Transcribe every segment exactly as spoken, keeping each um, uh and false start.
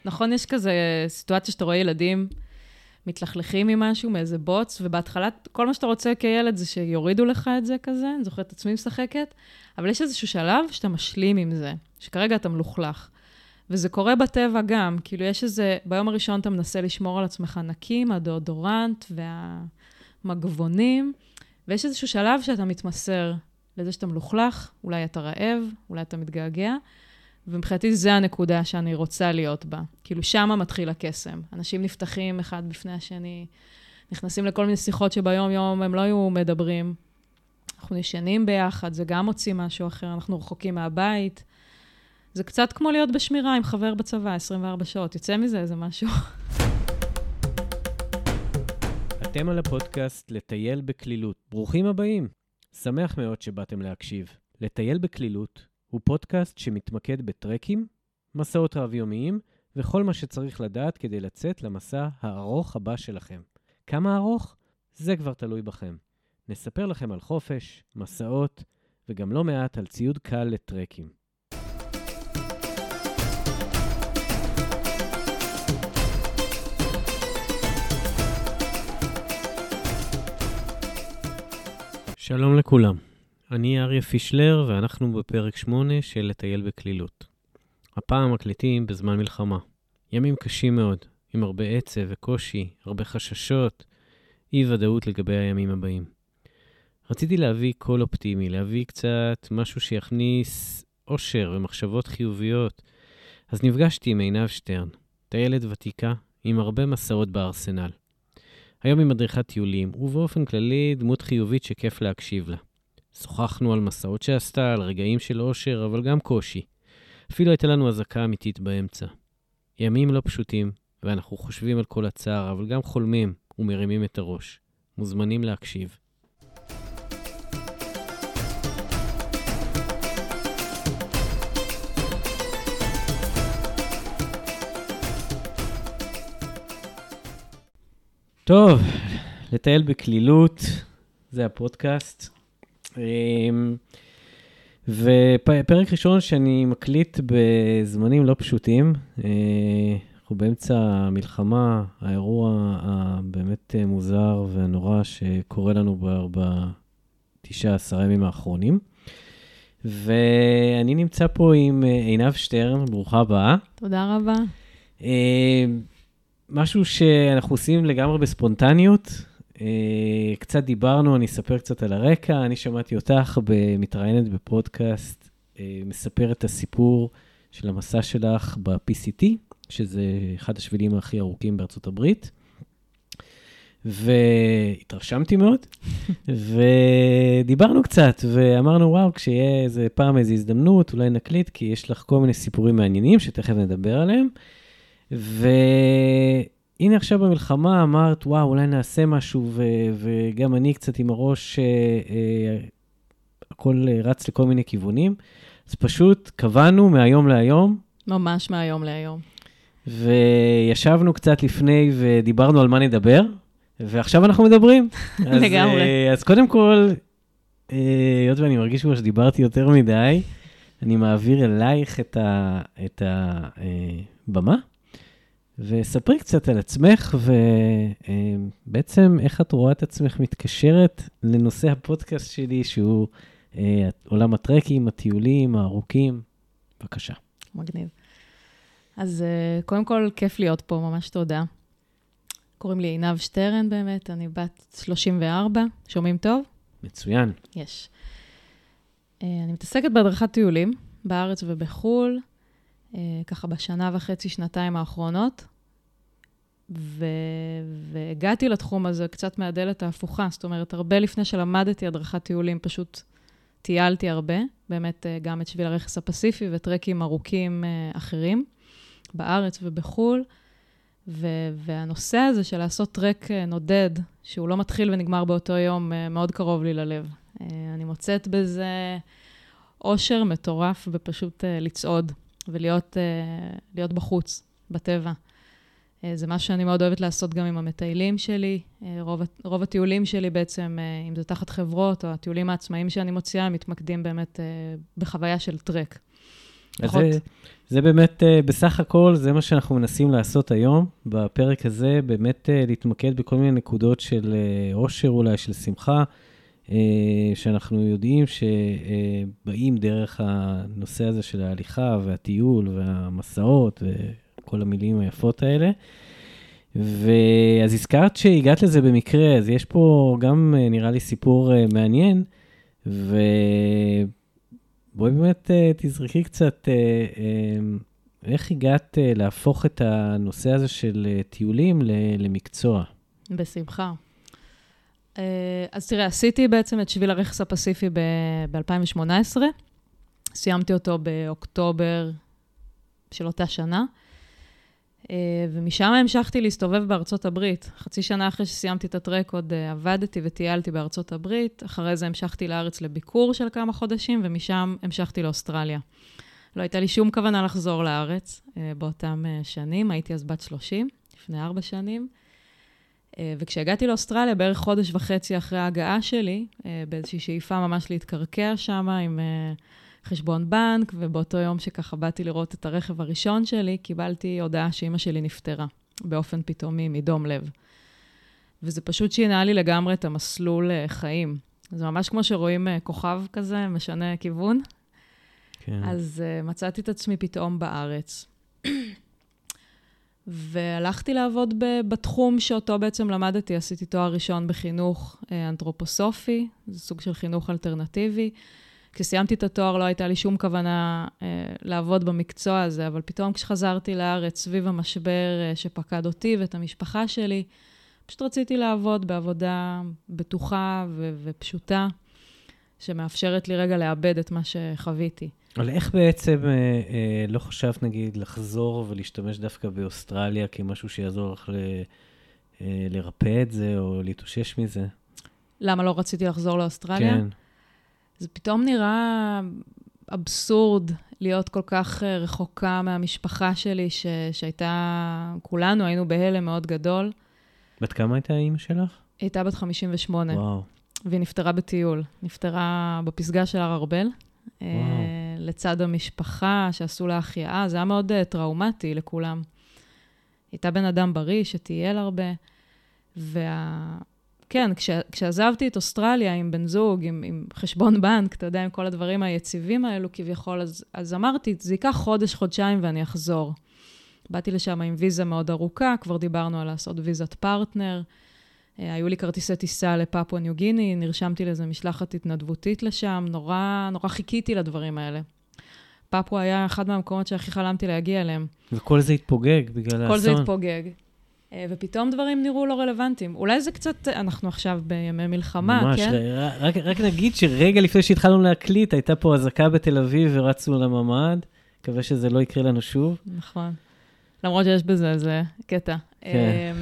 נכון, יש כזה סיטואציה שאתה רואה ילדים מתלכלכים ממשהו, מאיזה בוץ, ובהתחלה כל מה שאתה רוצה כילד זה שיורידו לך את זה כזה, אני זוכרת את עצמי משחקת, אבל יש איזשהו שלב שאתה משלים עם זה, שכרגע אתה מלוכלך. וזה קורה בטבע גם, כאילו יש איזה, ביום הראשון אתה מנסה לשמור על עצמך נקים, הדאודורנט והמגבונים, ויש איזשהו שלב שאתה מתמסר לזה שאתה מלוכלך, אולי אתה רעב, אולי אתה מתגעגע, ומבחינתי זה הנקודה שאני רוצה להיות בה. כאילו שמה מתחיל הקסם. אנשים נפתחים אחד בפני השני, נכנסים לכל מיני שיחות שביום יום הם לא היו מדברים. אנחנו ישנים ביחד, זה גם מוציא משהו אחר, אנחנו רחוקים מהבית. זה קצת כמו להיות בשמירה עם חבר בצבא, עשרים וארבע שעות. יוצא מזה איזה משהו. אתם על הפודקאסט לטייל בכלילות. ברוכים הבאים. שמח מאוד שבאתם להקשיב. לטייל בכלילות הוא פודקאסט שמתמקד בטרקים, מסעות רב-יומיים, וכל מה שצריך לדעת כדי לצאת למסע הארוך הבא שלכם. כמה ארוך? זה כבר תלוי בכם. נספר לכם על חופש, מסעות, וגם לא מעט על ציוד קל לטרקים. שלום לכולם. אני אריה פישלר, ואנחנו בפרק שמונה של לטייל בכלילות. הפעם מקליטים בזמן מלחמה. ימים קשים מאוד, עם הרבה עצב וקושי, הרבה חששות, אי ודאות לגבי הימים הבאים. רציתי להביא קול אופטימי, להביא קצת משהו שיכניס אושר ומחשבות חיוביות. אז נפגשתי עם עינב שטרן, טיילת ותיקה עם הרבה מסעות בארסנל. היום היא מדריכת טיולים, ובאופן כללי דמות חיובית שכיף להקשיב לה. שוחחנו על מסעות שעשתה, על רגעים של אושר, אבל גם קושי. אפילו הייתה לנו הזקה אמיתית באמצע. ימים לא פשוטים, ואנחנו חושבים על כל הצער, אבל גם חולמים ומרימים את הראש. מוזמנים להקשיב. טוב, לטייל בכלילות, זה הפודקאסט. ופרק ראשון שאני מקליט בזמנים לא פשוטים. אנחנו באמצע המלחמה, האירוע הבאמת מוזר והנורא שקורה לנו בתשעה עשר ימים האחרונים. ואני נמצא פה עם עינב שטרן, ברוכה הבאה. תודה רבה. משהו שאנחנו עושים לגמרי בספונטניות. קצת דיברנו, אני אספר קצת על הרקע. אני שמעתי אותך מתראיינת בפודקאסט, מספר את הסיפור של המסע שלך ב-פי סי טי, שזה אחד השבילים הכי ארוכים בארצות הברית. והתרשמתי מאוד, ודיברנו קצת, ואמרנו, וואו, כשיהיה איזה פעם איזו הזדמנות, אולי נקליט, כי יש לך כל מיני סיפורים מעניינים, שתכף נדבר עליהם. והנה עכשיו במלחמה אמרת, וואו, אולי נעשה משהו, ו- וגם אני קצת עם הראש, אה, אה, הכל רץ לכל מיני כיוונים. אז פשוט קבענו מהיום להיום. ממש מהיום להיום. וישבנו קצת לפני ודיברנו על מה נדבר, ועכשיו אנחנו מדברים. אז, לגמרי. אה, אז קודם כל, אה, היות ואני מרגיש כבר שדיברתי יותר מדי, אני מעביר אלייך את ה- את הבמה. וספרי קצת על עצמך, ובעצם איך את רואה את עצמך מתקשרת לנושא הפודקאסט שלי, שהוא אה, עולם הטרקים, הטיולים, הארוכים. בבקשה. מגניב. אז uh, קודם כל, כיף להיות פה, ממש תודה. קוראים לי עינב שטרן באמת, אני בת שלושים וארבע, שומעים טוב? מצוין. יש. Uh, אני מתעסקת בהדרכת טיולים, בארץ ובחול, uh, ככה בשנה וחצי, שנתיים האחרונות, ו... והגעתי לתחום הזה קצת מהדלת ההפוכה, זאת אומרת, הרבה לפני שלמדתי הדרכת טיולים, פשוט טיילתי הרבה, באמת גם את שביל הרכס הפסיפי וטרקים ארוכים אחרים, בארץ ובחול, ו... והנושא הזה של לעשות טרק נודד, שהוא לא מתחיל ונגמר באותו יום, מאוד קרוב לי ללב. אני מוצאת בזה אושר מטורף, ופשוט לצעוד, ולהיות להיות בחוץ, בטבע. זה משהו שאני מאוד אוהבת לעשות גם עם המטיילים שלי. רוב, רוב הטיולים שלי בעצם, אם זה תחת חברות, או הטיולים העצמאיים שאני מוציאה, מתמקדים באמת בחוויה של טרק. אז זה, זה באמת, בסך הכל, זה מה שאנחנו מנסים לעשות היום, בפרק הזה, באמת להתמקד בכל מיני נקודות של עושר אולי, של שמחה, שאנחנו יודעים שבאים דרך הנושא הזה של ההליכה והטיול והמסעות וכל המילים היפות האלה. ואז הזכרת שהגעת לזה במקרה, אז יש פה גם נראה לי סיפור מעניין, ובואי באמת תזרקי קצת, איך הגעת להפוך את הנושא הזה של טיולים למקצוע? בשמחה. אז תראה, עשיתי בעצם את שביל הרכס הפסיפי ב-אלפיים שמונה עשרה, סיימתי אותו באוקטובר של אותה שנה, ומשם המשכתי להסתובב בארצות הברית. חצי שנה אחרי שסיימתי את הטרק עוד עבדתי וטיילתי בארצות הברית, אחרי זה המשכתי לארץ לביקור של כמה חודשים, ומשם המשכתי לאוסטרליה. לא הייתה לי שום כוונה לחזור לארץ באותם שנים, הייתי אז בת שלושים, לפני ארבע שנים, וכשהגעתי לאוסטרליה, בערך חודש וחצי אחרי ההגעה שלי, באיזושהי שאיפה ממש להתקרקע שם עם חשבון בנק, ובאותו יום שככה באתי לראות את הרכב הראשון שלי, קיבלתי הודעה שאמא שלי נפטרה, באופן פתאומי, מדום לב. וזה פשוט שינה לי לגמרי את המסלול חיים. זה ממש כמו שרואים כוכב כזה, משנה כיוון. כן. אז uh, מצאתי את עצמי פתאום בארץ. והלכתי לעבוד ב- בתחום שאותו בעצם למדתי, עשיתי תואר ראשון בחינוך אה, אנתרופוסופי, זה סוג של חינוך אלטרנטיבי. כשסיימתי את התואר לא הייתה לי שום כוונה אה, לעבוד במקצוע הזה, אבל פתאום כשחזרתי לארץ סביב המשבר אה, שפקד אותי ואת המשפחה שלי, פשוט רציתי לעבוד בעבודה בטוחה ו- ופשוטה, שמאפשרת לי רגע לאבד את מה שחוויתי. אבל איך בעצם אה, אה, לא חשבת, נגיד, לחזור ולהשתמש דווקא באוסטרליה כמשהו שיעזור לך ל, אה, לרפא את זה או להתאושש מזה? למה לא רציתי לחזור לאוסטרליה? כן. זה פתאום נראה אבסורד להיות כל כך רחוקה מהמשפחה שלי, ש, שהייתה, כולנו היינו בהלם מאוד גדול. בת כמה הייתה האמא שלך? הייתה בת חמישים ושמונה. וואו. והיא נפטרה בטיול. נפטרה בפסגה של הר ארבל. וואו. לצד המשפחה שעשו לה החייאה. זה היה מאוד טראומטי לכולם. הייתה בן אדם בריא שטייל הרבה. וה... כן, כש... כשעזבתי את אוסטרליה עם בן זוג, עם, עם חשבון בנק, אתה יודע, עם כל הדברים היציבים האלו כביכול, אז, אז אמרתי, זה ייקח חודש, חודשיים ואני אחזור. באתי לשם עם ויזה מאוד ארוכה, כבר דיברנו על לעשות ויזת פרטנר, היו לי כרטיסי טיסה לפפואה ניו גיני, נרשמתי לזה משלחת התנדבותית לשם, נורא, נורא חיכיתי לדברים האלה. פפואה היה אחד מהמקומות שהכי חלמתי להגיע אליהם. וכל זה התפוגג בגלל האסון. כל זה התפוגג. ופתאום דברים נראו לא רלוונטיים. אולי זה קצת, אנחנו עכשיו בימי מלחמה, ממש, כן? ממש, רק, רק נגיד שרגע לפני שהתחלנו להקליט, הייתה פה הזקה בתל אביב ורצנו לממ"ד, מקווה שזה לא יקרה לנו שוב. נכון. למרות שיש בזה, זה קטע. כן.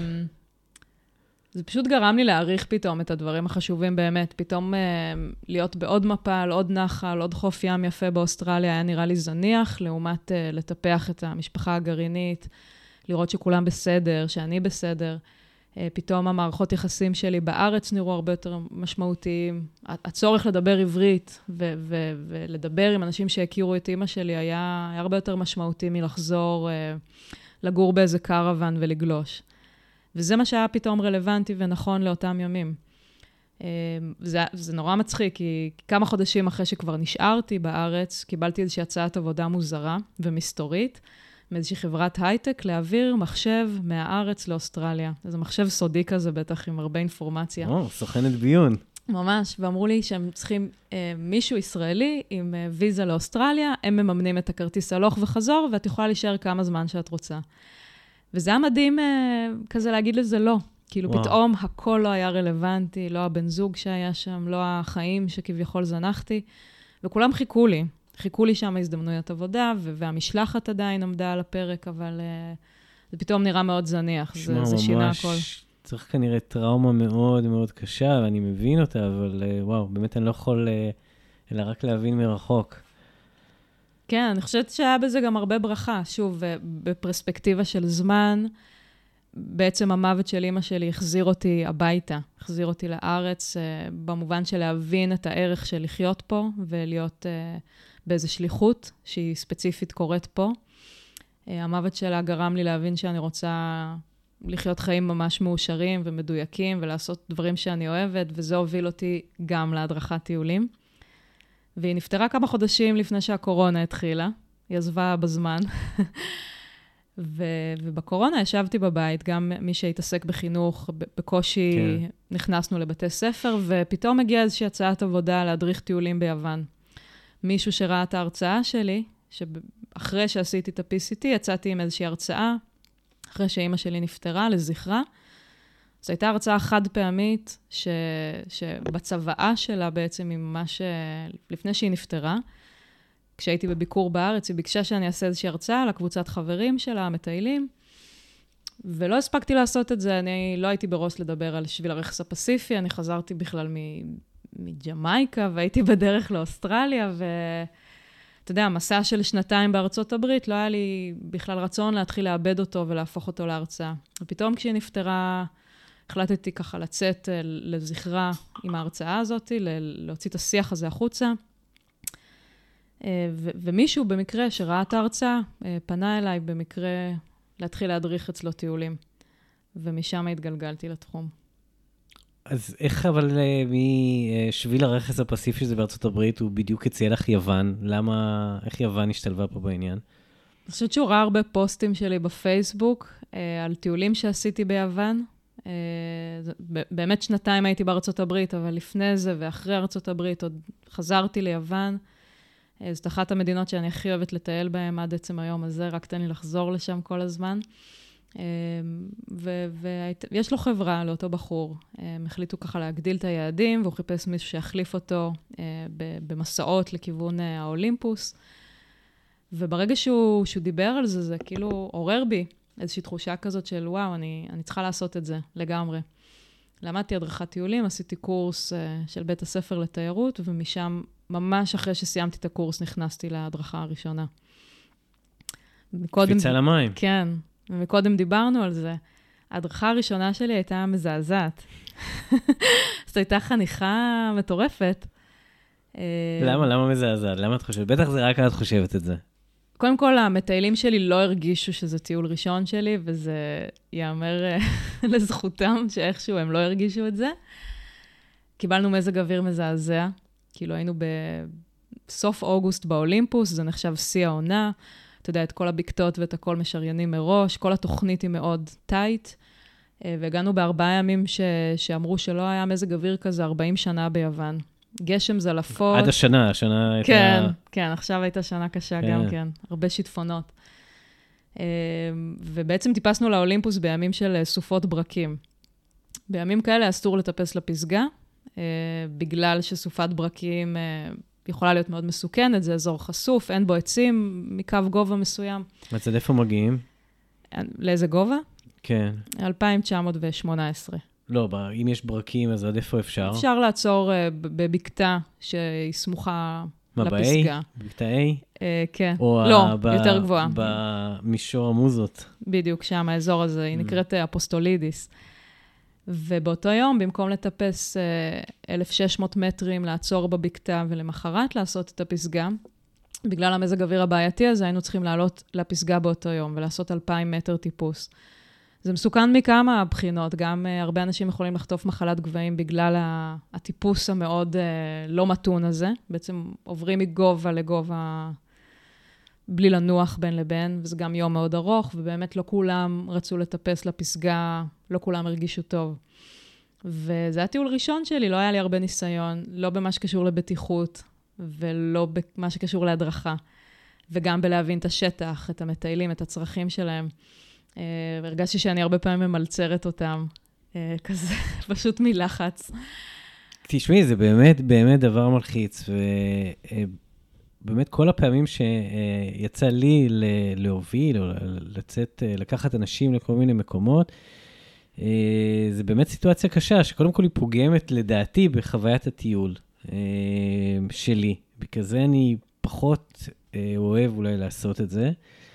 זה פשוט גרם לי להעריך פתאום את הדברים החשובים באמת. פתאום להיות בעוד מפל, עוד נחל, עוד חוף ים יפה באוסטרליה, היה נראה לי זניח, לעומת לטפח את המשפחה הגרעינית, לראות שכולם בסדר, שאני בסדר. פתאום המערכות יחסים שלי בארץ נראו הרבה יותר משמעותיים. הצורך לדבר עברית ו- ו- ולדבר עם אנשים שהכירו את אמא שלי היה, היה הרבה יותר משמעותי מלחזור לגור באיזה קרוון ולגלוש. וזה מה שהיה פתאום רלוונטי ונכון לאותם ימים. זה, זה נורא מצחיק, כי כמה חודשים אחרי שכבר נשארתי בארץ, קיבלתי איזושהי הצעת עבודה מוזרה ומסתורית, מאיזושהי חברת הייטק, להעביר מחשב מהארץ לאוסטרליה. איזה מחשב סודי כזה, בטח עם הרבה אינפורמציה. או, סוכנת ביון. ממש, ואמרו לי שהם צריכים אה, מישהו ישראלי עם אה, ויזה לאוסטרליה, הם מממנים את הכרטיס הלוך וחזור, ואת יכולה להישאר כמה זמן שאת רוצה. וזה היה מדהים אה, כזה להגיד לזה לא. כאילו וואו. פתאום הכל לא היה רלוונטי, לא הבן זוג שהיה שם, לא החיים שכביכול זנחתי, וכולם חיכו לי. חיכו לי שם הזדמנויות עבודה, והמשלחת עדיין עמדה על הפרק, אבל זה פתאום נראה מאוד זניח, זה, זה שינה הכל. צריך כנראה טראומה מאוד מאוד קשה, ואני מבין אותה, אבל וואו, באמת אני לא יכול, אלא רק להבין מרחוק. כן, אני חושבת שהיה בזה גם הרבה ברכה, שוב, בפרספקטיבה של זמן, בעצם המוות של אמא שלי החזיר אותי הביתה, החזיר אותי לארץ, במובן של להבין את הערך של לחיות פה, ולהיות באיזו שליחות שהיא ספציפית קורית פה. המוות שלה גרם לי להבין שאני רוצה לחיות חיים ממש מאושרים ומדויקים, ולעשות דברים שאני אוהבת, וזה הוביל אותי גם להדרכת טיולים. והיא נפטרה כמה חודשים לפני שהקורונה התחילה, היא עזבה בזמן. ו- ובקורונה ישבתי בבית, גם מי שהתעסק בחינוך, בקושי כן. נכנסנו לבתי ספר, ופתאום הגיעה איזושהי הצעת עבודה להדריך טיולים ביוון. מישהו שראה את ההרצאה שלי, שאחרי שעשיתי את ה-פי סי טי, יצאתי עם איזושהי הרצאה, אחרי שאימא שלי נפטרה, לזכרה. זו הייתה הרצאה חד פעמית, ש- שבצוואה שלה בעצם, היא ממש לפני שהיא נפטרה, כשהייתי בביקור בארץ, היא ביקשה שאני אעשה איזושהי הרצאה לקבוצת חברים שלה, המטיילים, ולא הספקתי לעשות את זה, אני לא הייתי בראש לדבר על שביל הרכס הפסיפי, אני חזרתי בכלל מג'מייקה, והייתי בדרך לאוסטרליה, ואתה יודע, המסע של שנתיים בארצות הברית, לא היה לי בכלל רצון להתחיל לאבד אותו ולהפוך אותו להרצאה. ופתאום כשהיא נפטרה, החלטתי ככה לצאת לזכרה עם ההרצאה הזאת, להוציא את השיח הזה החוצה, ו- ומישהו במקרה שראה את ההרצאה, פנה אליי במקרה להתחיל להדריך אצלו טיולים. ומשם התגלגלתי לתחום. אז איך אבל משביל הרכס הפסיפי שזה בארצות הברית, הוא בדיוק הציע לך יוון? למה, איך יוון השתלבה פה בעניין? אני חושבת שהוא ראה הרבה פוסטים שלי בפייסבוק, על טיולים שעשיתי ביוון. באמת שנתיים הייתי בארצות הברית, אבל לפני זה ואחרי ארצות הברית עוד חזרתי ליוון. זאת אחת המדינות שאני הכי אוהבת לטייל בהן עד עצם היום הזה, רק תן לי לחזור לשם כל הזמן. ויש לו חברה לאותו בחור. הם החליטו ככה להגדיל את היעדים, והוא חיפש מישהו שיחליף אותו במסעות לכיוון האולימפוס. וברגע שהוא, שהוא דיבר על זה, זה כאילו עורר בי איזושהי תחושה כזאת של וואו, אני, אני צריכה לעשות את זה לגמרי. למדתי הדרכת טיולים, עשיתי קורס של בית הספר לתיירות, ומשם ממש אחרי שסיימתי את הקורס, נכנסתי להדרכה הראשונה. קפיצה למים. כן, ומקודם דיברנו על זה. ההדרכה הראשונה שלי הייתה מזעזעת. זאת הייתה חניכה מטורפת. למה? למה מזעזעת? למה את חושבת? בטח זה רק את חושבת את זה. קודם כל, המטיילים שלי לא הרגישו שזה טיול ראשון שלי, וזה יאמר לזכותם שאיכשהו הם לא הרגישו את זה. קיבלנו מזג אוויר מזעזע. כאילו היינו בסוף אוגוסט באולימפוס, זה נחשב שיא העונה. אתה יודע, את כל הבקתות ואת הכל משריינים מראש, כל התוכנית היא מאוד טייט, והגענו בארבעה ימים ש... שאמרו שלא היה מזג אוויר כזה ארבעים שנה ביוון. גשם זלפות. עד השנה, השנה הייתה... כן, כן, עכשיו הייתה שנה קשה כן. גם כן, הרבה שיטפונות. ובעצם טיפסנו לאולימפוס בימים של סופות ברקים. בימים כאלה אסור לטפס לפסגה, בגלל שסופת ברקים יכולה להיות מאוד מסוכנת, זה אזור חשוף, אין בו עצים מקו גובה מסוים. אז עד איפה מגיעים? לאיזה גובה? כן. אלפיים תשע מאות שמונה עשרה. לא, אם יש ברקים, אז עד איפה אפשר? אפשר לעצור בבקתה שהיא סמוכה לפסגה. בבקתה A? כן. או לא, יותר גבוהה. במישור המוזות. בדיוק, שם האזור הזה, היא נקראת אפוסטולידיס. ובאותו יום, במקום לטפס אלף ושש מאות מטרים, לעצור בבקתה ולמחרת לעשות את הפסגה, בגלל המזג אוויר הבעייתי הזה, היינו צריכים לעלות לפסגה באותו יום, ולעשות אלפיים מטר טיפוס. זה מסוכן מכמה הבחינות, גם הרבה אנשים יכולים לחטוף מחלת גבהים, בגלל הטיפוס המאוד לא מתון הזה, בעצם עוברים מגובה לגובה, בלי לנוח בין לבין, וזה גם יום מאוד ארוך, ובאמת לא כולם רצו לטפס לפסגה, לא כולם הרגישו טוב. וזה הטיול ראשון שלי, לא היה לי הרבה ניסיון, לא במה שקשור לבטיחות, ולא במה שקשור להדרכה, וגם בלהבין את השטח, את המטיילים, את הצרכים שלהם. הרגשתי שאני הרבה פעמים ממלצרת אותם, כזה, פשוט מלחץ. תשמעי, זה באמת, באמת דבר מלחיץ, ובאמת כל הפעמים שיצא לי להוביל, או לצאת, לקחת אנשים לכל מיני מקומות, זה באמת סיטואציה קשה, שקודם כל היא פוגמת לדעתי בחוויית הטיול שלי. בגלל זה אני פחות אוהב אולי לעשות את זה.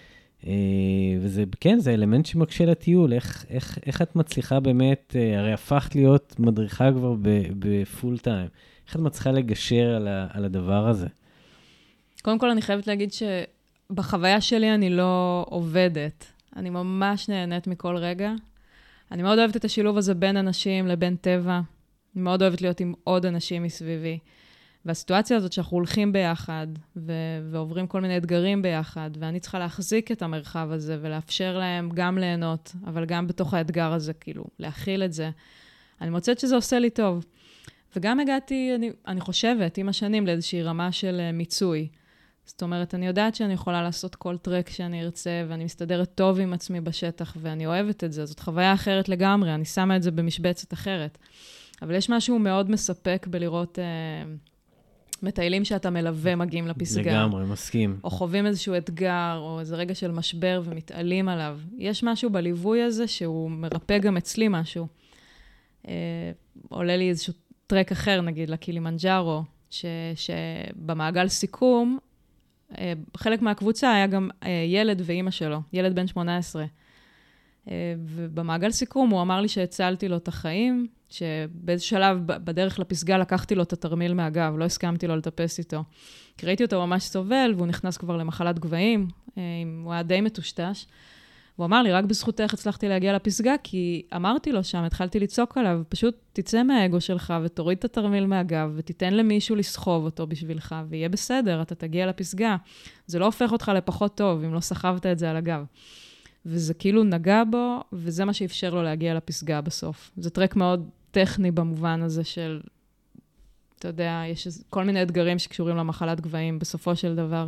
וזה, כן, זה אלמנט שמקשה לטיול. איך, איך, איך את מצליחה באמת, הרי הפכת להיות מדריכה כבר בפול טיים. איך את מצליחה לגשר על, ה, על הדבר הזה? קודם כל, אני חייבת להגיד שבחוויה שלי אני לא עובדת. אני ממש נהנית מכל רגע. אני מאוד אוהבת את השילוב הזה בין אנשים לבין טבע. אני מאוד אוהבת להיות עם עוד אנשים מסביבי. והסיטואציה הזאת שאנחנו הולכים ביחד, ו- ועוברים כל מיני אתגרים ביחד, ואני צריכה להחזיק את המרחב הזה, ולאפשר להם גם ליהנות, אבל גם בתוך האתגר הזה, כאילו, להכיל את זה. אני מוצאת שזה עושה לי טוב. וגם הגעתי, אני, אני חושבת, עם השנים, לאיזושהי רמה של uh, מיצוי. זאת אומרת, אני יודעת שאני יכולה לעשות כל טרק שאני ארצה, ואני מסתדרת טוב עם עצמי בשטח, ואני אוהבת את זה. זאת חוויה אחרת לגמרי, אני שמה את זה במשבצת אחרת. אבל יש משהו מאוד מספק בלראות uh, מטיילים שאתה מלווה מגיעים לפסגה. לגמרי, מסכים. או חווים איזשהו אתגר, או איזה רגע של משבר ומתעלים עליו. יש משהו בליווי הזה שהוא מרפא גם אצלי משהו. Uh, עולה לי איזשהו טרק אחר, נגיד, לקילימנג'ארו, ש, שבמעגל סיכום, uh, חלק מהקבוצה היה גם uh, ילד ואימא שלו, ילד בן שמונה עשרה. Uh, ובמעגל סיכום הוא אמר לי שהצלתי לו את החיים, שבאיזה שלב בדרך לפסגה לקחתי לו את התרמיל מהגב, לא הסכמתי לו לטפס איתו. כי ראיתי אותו ממש סובל, והוא נכנס כבר למחלת גבהים, uh, הוא היה די מטושטש. הוא אמר לי, רק בזכותך הצלחתי להגיע לפסגה, כי אמרתי לו שם, התחלתי לצעוק עליו, פשוט תצא מהאגו שלך ותוריד את התרמיל מהגב, ותיתן למישהו לסחוב אותו בשבילך, ויהיה בסדר, אתה תגיע לפסגה. זה לא הופך אותך לפחות טוב, אם לא סחבת את זה על הגב. וזה כאילו נגע בו, וזה מה שאפשר לו להגיע לפסגה בסוף. זה טרק מאוד טכני במובן הזה של, אתה יודע, יש כל מיני אתגרים שקשורים למחלת גבהים בסופו של דבר.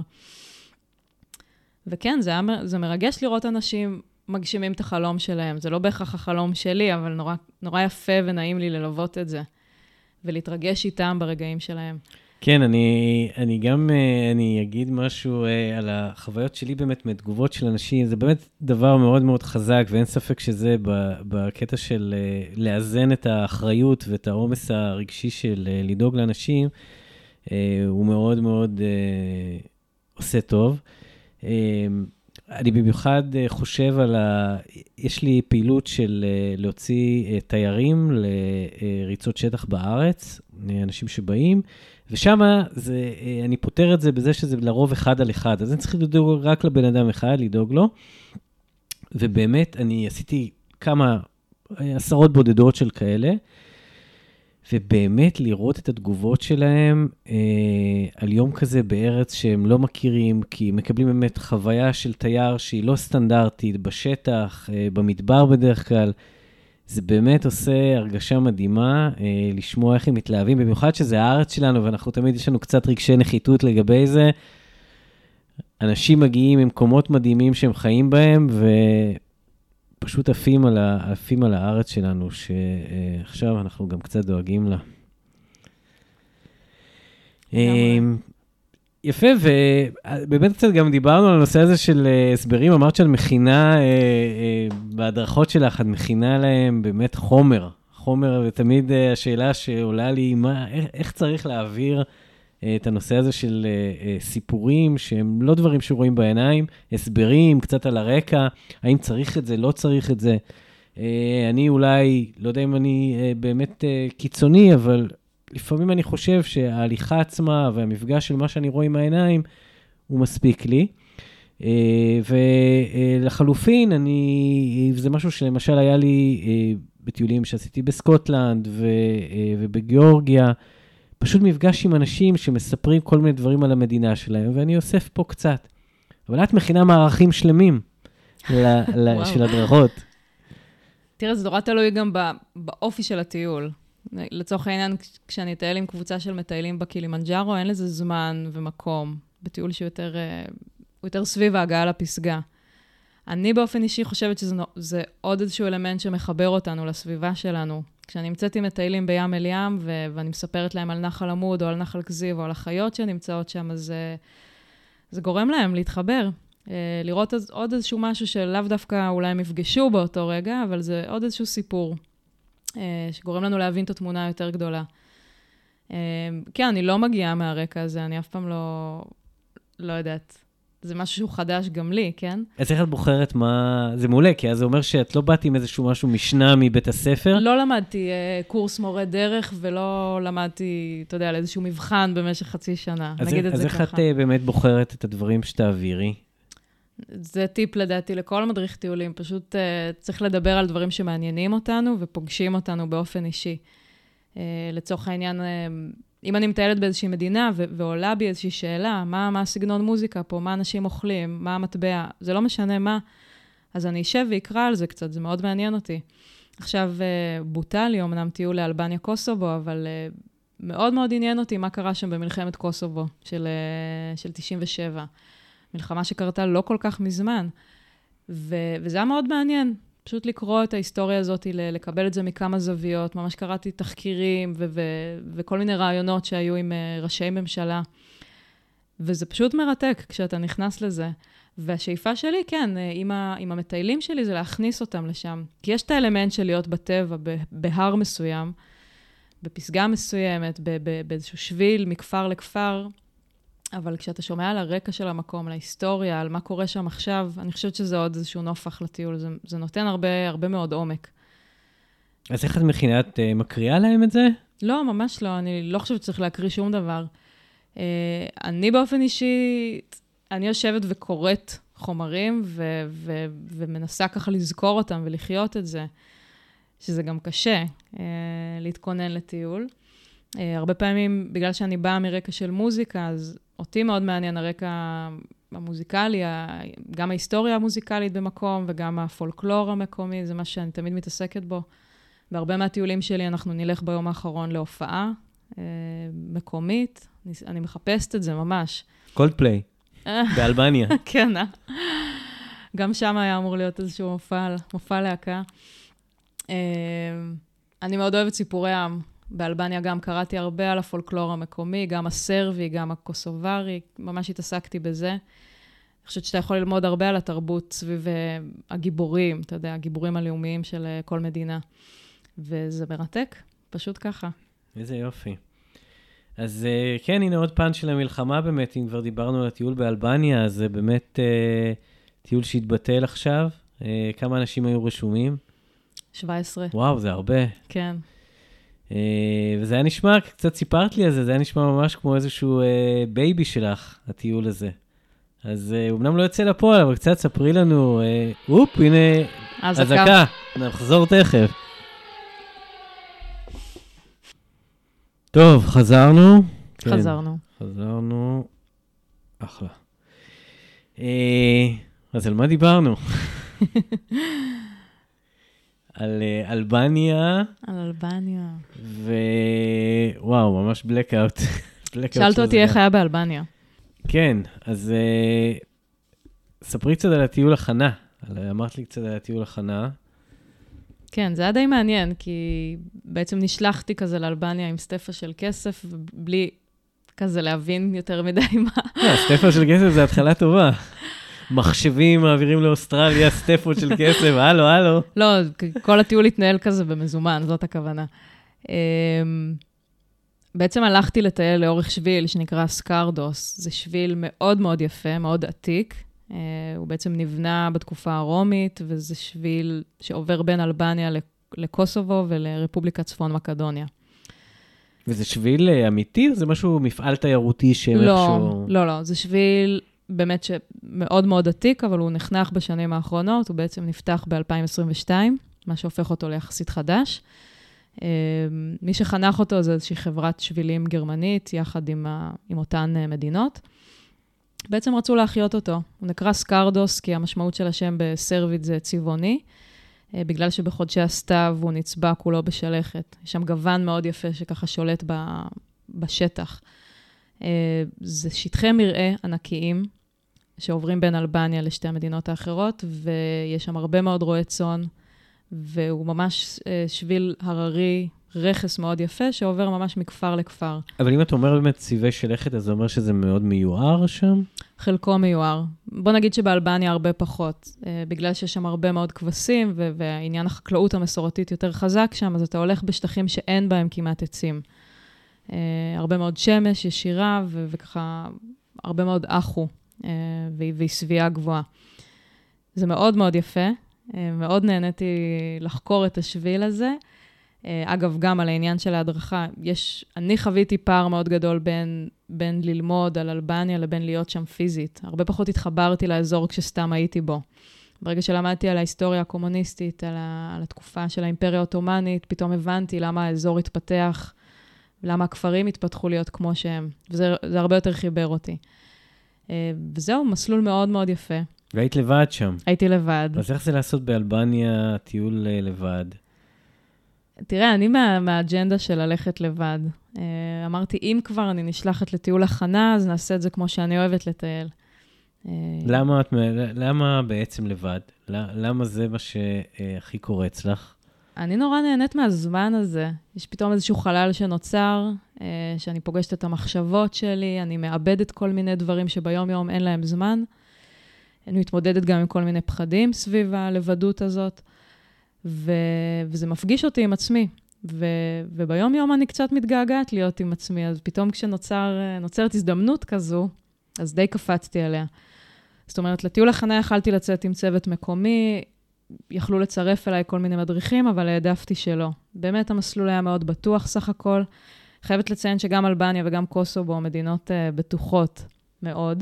וכן, זה, היה, זה מרגש לראות אנשים מגשימים את החלום שלהם. זה לא בהכרח החלום שלי, אבל נורא, נורא יפה ונעים לי ללוות את זה, ולהתרגש איתם ברגעים שלהם. כן, אני, אני גם, אני אגיד משהו על החוויות שלי באמת, מתגובות של אנשים. זה באמת דבר מאוד מאוד חזק, ואין ספק שזה בקטע של לאזן את האחריות ואת העומס הרגשי של לדאוג לאנשים, הוא מאוד מאוד עושה טוב. אני במיוחד חושב על ה... יש לי פעילות של להוציא תיירים לריצות שטח בארץ, אנשים שבאים, ושם זה, אני פותר את זה בזה שזה לרוב אחד על אחד, אז אני צריך לדאוג רק לבן אדם אחד, לדאוג לו, ובאמת אני עשיתי כמה עשרות בודדות של כאלה, ובאמת לראות את התגובות שלהם אה, על יום כזה בארץ שהם לא מכירים, כי מקבלים באמת חוויה של תייר שהיא לא סטנדרטית, בשטח, אה, במדבר בדרך כלל. זה באמת עושה הרגשה מדהימה אה, לשמוע איך הם מתלהבים, במיוחד שזה הארץ שלנו, ואנחנו תמיד יש לנו קצת רגשי נחיתות לגבי זה. אנשים מגיעים ממקומות מדהימים שהם חיים בהם, ו... פשוט עפים על, עפים על הארץ שלנו, שעכשיו אנחנו גם קצת דואגים לה. יפה, ובאמת קצת גם דיברנו על הנושא הזה של הסברים, אמרת שעל מכינה, בהדרכות שלך, את מכינה להם באמת חומר, חומר, ותמיד השאלה שעולה לי, מה, איך צריך להעביר את הנושא הזה של סיפורים, שהם לא דברים שרואים בעיניים, הסברים, קצת על הרקע, האם צריך את זה, לא צריך את זה. אני אולי, לא יודע אם אני באמת קיצוני, אבל לפעמים אני חושב שההליכה עצמה והמפגש של מה שאני רואה עם העיניים, הוא מספיק לי. ולחלופין, אני, זה משהו שלמשל היה לי בטיולים שעשיתי בסקוטלנד ובגיאורגיה, פשוט מפגש עם אנשים שמספרים כל מיני דברים על המדינה שלהם, ואני אוסף פה קצת. אבל את מכינה מערכים שלמים של הדרכות. תראה, זה נורא תלוי גם באופי של הטיול. לצורך העניין, כשאני אטייל עם קבוצה של מטיילים בקילימנג'ארו, אין לזה זמן ומקום, בטיול שהוא יותר, יותר סביב ההגעה לפסגה. אני באופן אישי חושבת שזה עוד איזשהו אלמנט שמחבר אותנו לסביבה שלנו. כשאני נמצאת עם מטיילים בים אל ים, ו- ואני מספרת להם על נחל עמוד, או על נחל כזיב, או על החיות שנמצאות שם, אז זה גורם להם להתחבר. לראות עוד איזשהו משהו שלאו דווקא אולי הם יפגשו באותו רגע, אבל זה עוד איזשהו סיפור, שגורם לנו להבין את התמונה היותר גדולה. כן, אני לא מגיעה מהרקע הזה, אני אף פעם לא, לא יודעת. זה משהו שהוא חדש גם לי, כן? אז איך את בוחרת מה... זה מעולה, כי אז זה אומר שאת לא באת עם איזשהו משהו משנה מבית הספר. לא למדתי uh, קורס מורה דרך, ולא למדתי, אתה יודע, על איזשהו מבחן במשך חצי שנה. נגיד את זה ככה. אז איך את uh, באמת בוחרת את הדברים שתעבירי? זה טיפ לדעתי לכל מדריך טיולים, פשוט uh, צריך לדבר על דברים שמעניינים אותנו, ופוגשים אותנו באופן אישי. Uh, לצורך העניין, uh, אם אני מטיילת באיזושהי מדינה, ו- ועולה בי איזושהי שאלה, מה, מה הסגנון מוזיקה פה, מה אנשים אוכלים, מה המטבע, זה לא משנה מה, אז אני אשב ויקרא על זה קצת, זה מאוד מעניין אותי. עכשיו, uh, בוטל לי, אמנם טיול לאלבניה קוסובו, אבל uh, מאוד מאוד עניין אותי מה קרה שם במלחמת קוסובו של, uh, של תשעים ושבע. מלחמה שקרתה לא כל כך מזמן, ו- וזה היה מאוד מעניין, פשוט לקרוא את ההיסטוריה הזאת, לקבל את זה מכמה זוויות, ממש קראתי תחקירים ו- ו- וכל מיני רעיונות שהיו עם uh, ראשי ממשלה, וזה פשוט מרתק כשאתה נכנס לזה. והשאיפה שלי, כן, עם, ה- עם המטיילים שלי, זה להכניס אותם לשם. כי יש את האלמנט של להיות בטבע, ב- בהר מסוים, בפסגה מסוימת, ב- ב- באיזשהו שביל, מכפר לכפר, אבל כשאתה שומע על הרקע של המקום, על ההיסטוריה, על מה קורה שם עכשיו, אני חושבת שזה עוד איזשהו נופח לטיול, זה, זה נותן הרבה, הרבה מאוד עומק. אז איך את מכינה, את uh, מקריאה להם את זה? לא, ממש לא, אני לא חושבת שצריך להקריא שום דבר. Uh, אני באופן אישי, אני יושבת וקוראת חומרים, ו- ו- ומנסה ככה לזכור אותם ולחיות את זה, שזה גם קשה uh, להתכונן לטיול. Uh, הרבה פעמים, בגלל שאני באה מרקע של מוזיקה, אז אותי מאוד מעניין הרקע המוזיקלי, גם ההיסטוריה המוזיקלית במקום, וגם הפולקלור המקומי, זה מה שאני תמיד מתעסקת בו. בהרבה מהטיולים שלי אנחנו נלך ביום האחרון להופעה uh, מקומית, אני, אני מחפשת את זה ממש. קולדפליי, באלבניה. כן, גם שם היה אמור להיות איזשהו מופע, מופע להקה. Uh, אני מאוד אוהבת סיפורי עם. באלבניה גם קראתי הרבה על הפולקלור המקומי, גם הסרבי, גם הקוסוברי, ממש התעסקתי בזה. אני חושבת שאתה יכול ללמוד הרבה על התרבות סביב הגיבורים, אתה יודע, הגיבורים הלאומיים של כל מדינה. וזה מרתק, פשוט ככה. איזה יופי. אז כן, הנה עוד פן של המלחמה באמת, אם כבר דיברנו על הטיול באלבניה, אז זה באמת טיול שהתבטל עכשיו. כמה אנשים היו רשומים? שבע עשרה. וואו, זה הרבה. כן. וזה היה נשמע, קצת סיפרת לי על זה, זה היה נשמע ממש כמו איזשהו בייבי שלך, הטיול הזה. אז אומנם לא יוצא לפועל, אבל קצת ספרי לנו, אופ, הנה, אזעקה, נחזור תכף. טוב, חזרנו. חזרנו. חזרנו, אחלה. אז על מה דיברנו? על אלבניה. על אלבניה. ווואו, ממש בלקאוט. שאלת אותי איך היה באלבניה. כן, אז ספרי קצת על הטיול הכנה. אמרת לי קצת על הטיול הכנה. כן, זה היה די מעניין, כי בעצם נשלחתי כזה לאלבניה עם סטפה של כסף, ובלי כזה להבין יותר מדי מה. סטפה של כסף זה התחלה טובה. מחשבים מעבירים לאוסטרליה, סטפות של כסף, הלו, הלו. לא, כל הטיול התנהל כזה במזומן, זאת הכוונה. בעצם הלכתי לטייל לאורך שביל שנקרא סקרדוס. זה שביל מאוד מאוד יפה, מאוד עתיק. הוא בעצם נבנה בתקופה הרומית, וזה שביל שעובר בין אלבניה לקוסובו ולרפובליקת צפון מקדוניה. וזה שביל אמיתי? זה משהו, מפעל תיירותי שאיכשהו... לא, לא, לא. זה שביל באמת שמאוד מאוד עתיק, אבל הוא נחנך בשנים האחרונות, הוא בעצם נפתח ב-אלפיים עשרים ושתיים, מה שהופך אותו ליחסית חדש. מי שחנך אותו זה איזושהי חברת שבילים גרמנית, יחד עם, ה... עם אותן מדינות. בעצם רצו להחיות אותו. הוא נקרא סקרדוס, כי המשמעות של השם בסרבית זה צבעוני, בגלל שבחודשי הסתיו הוא נצבע כולו בשלכת. יש שם גוון מאוד יפה שככה שולט ב... בשטח. זה שטחי מרעה ענקיים, שעוברים בין אלבניה לשתי המדינות האחרות, ויש שם הרבה מאוד רועי צאן, והוא ממש שביל הררי, רכס מאוד יפה, שעובר ממש מכפר לכפר. אבל אם אתה אומר באמת צבעי שלכת, אז זה אומר שזה מאוד מיוער שם? חלקו מיוער. בוא נגיד שבאלבניה הרבה פחות, בגלל שיש שם הרבה מאוד כבשים, והעניין החקלאות המסורתית יותר חזק שם, אז אתה הולך בשטחים שאין בהם כמעט עצים. הרבה מאוד שמש, ישירה, וככה הרבה מאוד אחו והיא סביעה גבוהה. זה מאוד מאוד יפה, מאוד נהניתי לחקור את השביל הזה. אגב, גם על העניין של ההדרכה, יש, אני חוויתי פער מאוד גדול בין, בין ללמוד על אלבניה לבין להיות שם פיזית. הרבה פחות התחברתי לאזור כשסתם הייתי בו. ברגע שלמדתי על ההיסטוריה הקומוניסטית, על, ה, על התקופה של האימפריה האוטומנית, פתאום הבנתי למה האזור התפתח, למה הכפרים התפתחו להיות כמו שהם. וזה זה הרבה יותר חיבר אותי. וזהו, מסלול מאוד מאוד יפה. והיית לבד שם. הייתי לבד. אז איך זה לעשות באלבניה טיול לבד? תראה, אני מה, מהאג'נדה של ללכת לבד. Uh, אמרתי, אם כבר אני נשלחת לטיול הכנה, אז נעשה את זה כמו שאני אוהבת לטייל. Uh, למה, למה בעצם לבד? למה זה מה שהכי קורה אצלך? אני נורא נהנית מהזמן הזה. יש פתאום איזשהו חלל שנוצר, uh, שאני פוגשת את המחשבות שלי, אני מאבדת כל מיני דברים שביום יום אין להם זמן. אני מתמודדת גם עם כל מיני פחדים סביב הלבדות הזאת. ו... וזה מפגיש אותי עם עצמי, ו... וביום יום אני קצת מתגעגעת להיות עם עצמי, אז פתאום כשנוצרת הזדמנות כזו, אז די קפצתי עליה. זאת אומרת, לטיול הכנה יכלתי לצאת עם צוות מקומי, יכלו לצרף אליי כל מיני מדריכים, אבל העדפתי שלא. באמת המסלול היה מאוד בטוח סך הכל. חייבת לציין שגם אלבניה וגם קוסובו, מדינות uh, בטוחות מאוד,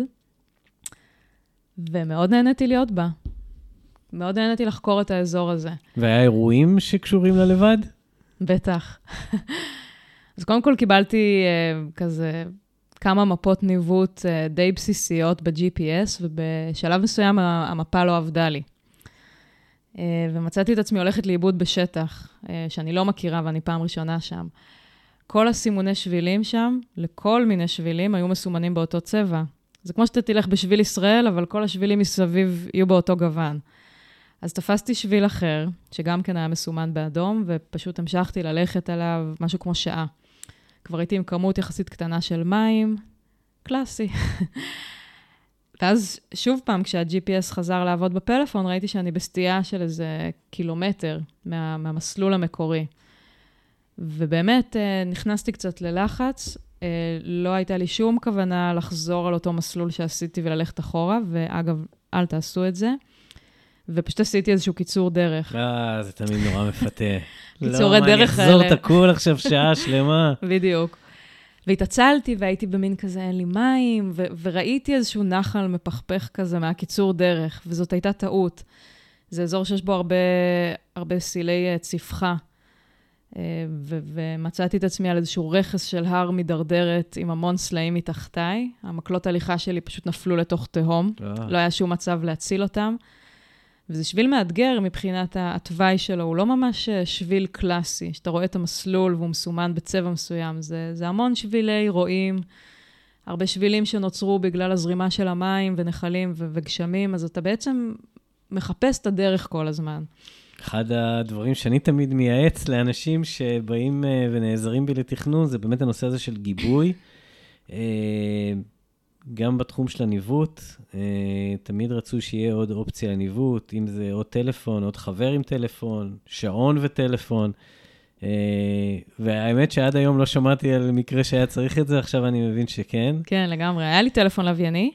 ומאוד נהניתי להיות בה. מאוד נהניתי לחקור את האזור הזה. והיה אירועים שקשורים ללבד? בטח. אז קודם כל קיבלתי uh, כזה כמה מפות ניווט uh, די בסיסיות ב-ג'י פי אס, ובשלב מסוים המפה לא עבדה לי. Uh, ומצאתי את עצמי הולכת לאיבוד בשטח, uh, שאני לא מכירה ואני פעם ראשונה שם. כל הסימוני שבילים שם, לכל מיני שבילים, היו מסומנים באותו צבע. זה כמו שאתה תלך בשביל ישראל, אבל כל השבילים מסביב יהיו באותו גוון. אז תפסתי שביל אחר, שגם כן היה מסומן באדום, ופשוט המשכתי ללכת עליו משהו כמו שעה. כבר הייתי עם כמות יחסית קטנה של מים, קלאסי. ואז שוב פעם, כשה-ג'י פי אס חזר לעבוד בפלאפון, ראיתי שאני בסטייה של איזה קילומטר מה, מהמסלול המקורי. ובאמת נכנסתי קצת ללחץ, לא הייתה לי שום כוונה לחזור על אותו מסלול שעשיתי וללכת אחורה, ואגב, אל תעשו את זה. ופשוט עשיתי איזשהו קיצור דרך. אה, זה תמיד נורא מפתה. קיצורי דרך האלה. לא, מה, יחזור תקול עכשיו שעה שלמה. בדיוק. והתעצלתי והייתי במין כזה, אין לי מים, ו- וראיתי איזשהו נחל מפחפך כזה מהקיצור דרך, וזאת הייתה טעות. זה אזור שיש בו הרבה, הרבה סילי צפחה, ו- ומצאתי את עצמי על איזשהו רכס של הר מדרדרת עם המון סלעים מתחתיי. המקלות הליכה שלי פשוט נפלו לתוך תהום. לא היה שום מצב להציל אותם. וזה שביל מאתגר מבחינת התוואי שלו, הוא לא ממש שביל קלאסי, שאתה רואה את המסלול והוא מסומן בצבע מסוים, זה, זה המון שבילי רואים, הרבה שבילים שנוצרו בגלל הזרימה של המים ונחלים ו- וגשמים, אז אתה בעצם מחפש את הדרך כל הזמן. אחד הדברים שאני תמיד מייעץ לאנשים שבאים ונעזרים בי לתכנון, זה באמת הנושא הזה של גיבוי, גם בתחום של הניווט, תמיד רצו שיהיה עוד אופציה לניווט, אם זה עוד טלפון, עוד חבר עם טלפון, שעון וטלפון, והאמת שעד היום לא שמעתי על מקרה שהיה צריך את זה, עכשיו אני מבין שכן. כן, לגמרי. היה לי טלפון לווייני.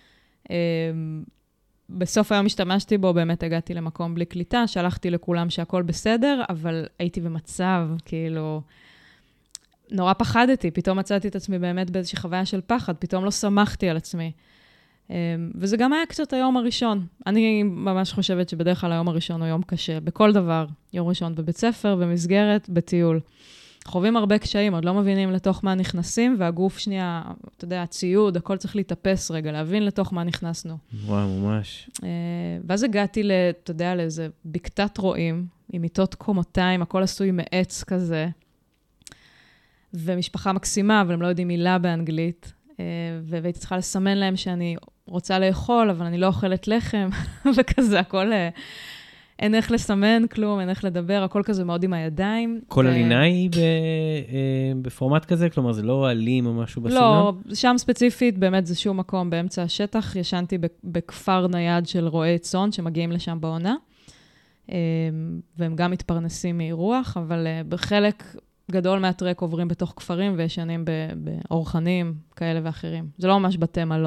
בסוף היום השתמשתי בו, באמת הגעתי למקום בלי קליטה, שלחתי לכולם שהכל בסדר, אבל הייתי במצב, כאילו... נורא פחדתי, פתאום מצאתי את עצמי באמת באיזושהי חוויה של פחד, פתאום לא שמחתי על עצמי. וזה גם היה קצת היום הראשון. אני ממש חושבת שבדרך כלל היום הראשון הוא יום קשה, בכל דבר. יום ראשון בבית ספר, במסגרת, בטיול. חווים הרבה קשיים, עוד לא מבינים לתוך מה נכנסים, והגוף שנייה, אתה יודע, הציוד, הכל צריך להתאפס רגע, להבין לתוך מה נכנסנו. וואו, ממש. ואז הגעתי, אתה יודע, לאיזה בקתת רועים, עם מיטות קומותיים, הכל עשוי מעץ כזה, ומשפחה מקסימה, אבל הם לא יודעים מילה באנגלית, והייתי צריכה לסמן להם שאני רוצה לאכול, אבל אני לא אוכלת לחם, וכזה, הכל, אין איך לסמן כלום, אין איך לדבר, הכל כזה מאוד עם הידיים. כל הלינה היא בפורמט כזה? כלומר, זה לא אלים או משהו בסגנון? לא, שם ספציפית, באמת זה שום מקום באמצע השטח, ישנתי בכפר נייד של רועי צאן, שמגיעים לשם בעונה, והם גם מתפרנסים מאירוח, אבל בחלק... גדול מהטרק עוברים בתוך כפרים וישנים באורחנים כאלה ואחרים. זה לא ממש בתי מלון.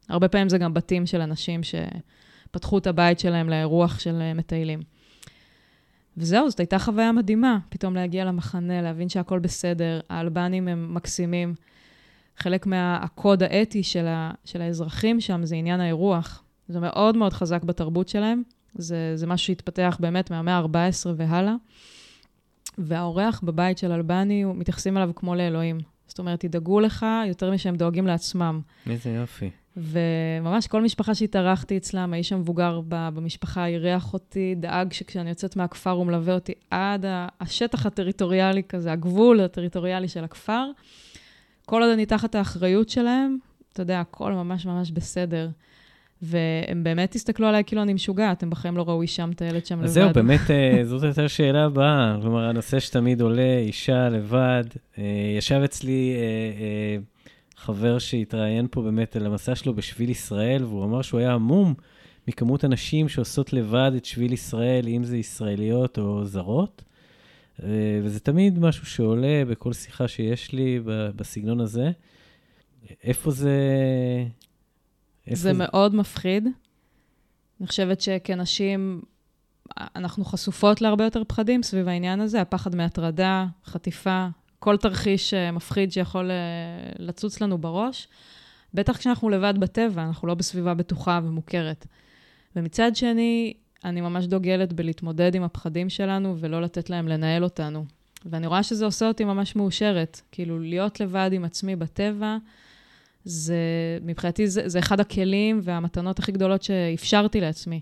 הרבה פעמים זה גם בתים של אנשים שפתחו את הבית שלהם לאירוח של מטיילים. וזהו, זאת הייתה חוויה מדהימה, פתאום להגיע למחנה, להבין שהכל בסדר, האלבנים הם מקסימים. חלק מהקוד האתי של, ה, של האזרחים שם זה עניין האירוח. זה מאוד מאוד חזק בתרבות שלהם. זה, זה משהו שהתפתח באמת מהמאה ה-ארבע עשרה והלאה. והאורח בבית של אלבני, מתייחסים אליו כמו לאלוהים. זאת אומרת, תדאגו לך יותר משהם דואגים לעצמם. איזה יופי. וממש כל משפחה שהתארחתי אצלם, האיש המבוגר במשפחה אירח אותי, דאג שכשאני יוצאת מהכפר הוא מלווה אותי עד השטח הטריטוריאלי כזה, הגבול הטריטוריאלי של הכפר. כל עוד אני תחת האחריות שלהם, אתה יודע, הכל ממש ממש בסדר. והם באמת הסתכלו עליי כאילו אני משוגעת, הם בחיים לא ראו אישה מטיילת שם לבד. אז זהו, באמת, זאת הייתה שאלה הבאה. כלומר, הנושא שתמיד עולה, אישה לבד. ישב אצלי חבר שהתראיין פה באמת על המסע שלו בשביל ישראל, והוא אמר שהוא היה עמום מכמות אנשים שעושות לבד את שביל ישראל, אם זה ישראליות או זרות. וזה תמיד משהו שעולה בכל שיחה שיש לי בסגנון הזה. איפה זה... איפה זה, זה מאוד מפחיד. אני חושבת שכנשים, אנחנו חשופות להרבה יותר פחדים סביב העניין הזה, הפחד מהטרדה, חטיפה, כל תרחיש מפחיד שיכול לצוץ לנו בראש. בטח כשאנחנו לבד בטבע, אנחנו לא בסביבה בטוחה ומוכרת. ומצד שני, אני ממש דוגלת בלהתמודד עם הפחדים שלנו, ולא לתת להם לנהל אותנו. ואני רואה שזה עושה אותי ממש מאושרת. כאילו, להיות לבד עם עצמי בטבע, זה, מבחינתי, זה, זה אחד הכלים והמתנות הכי גדולות שאפשרתי לעצמי.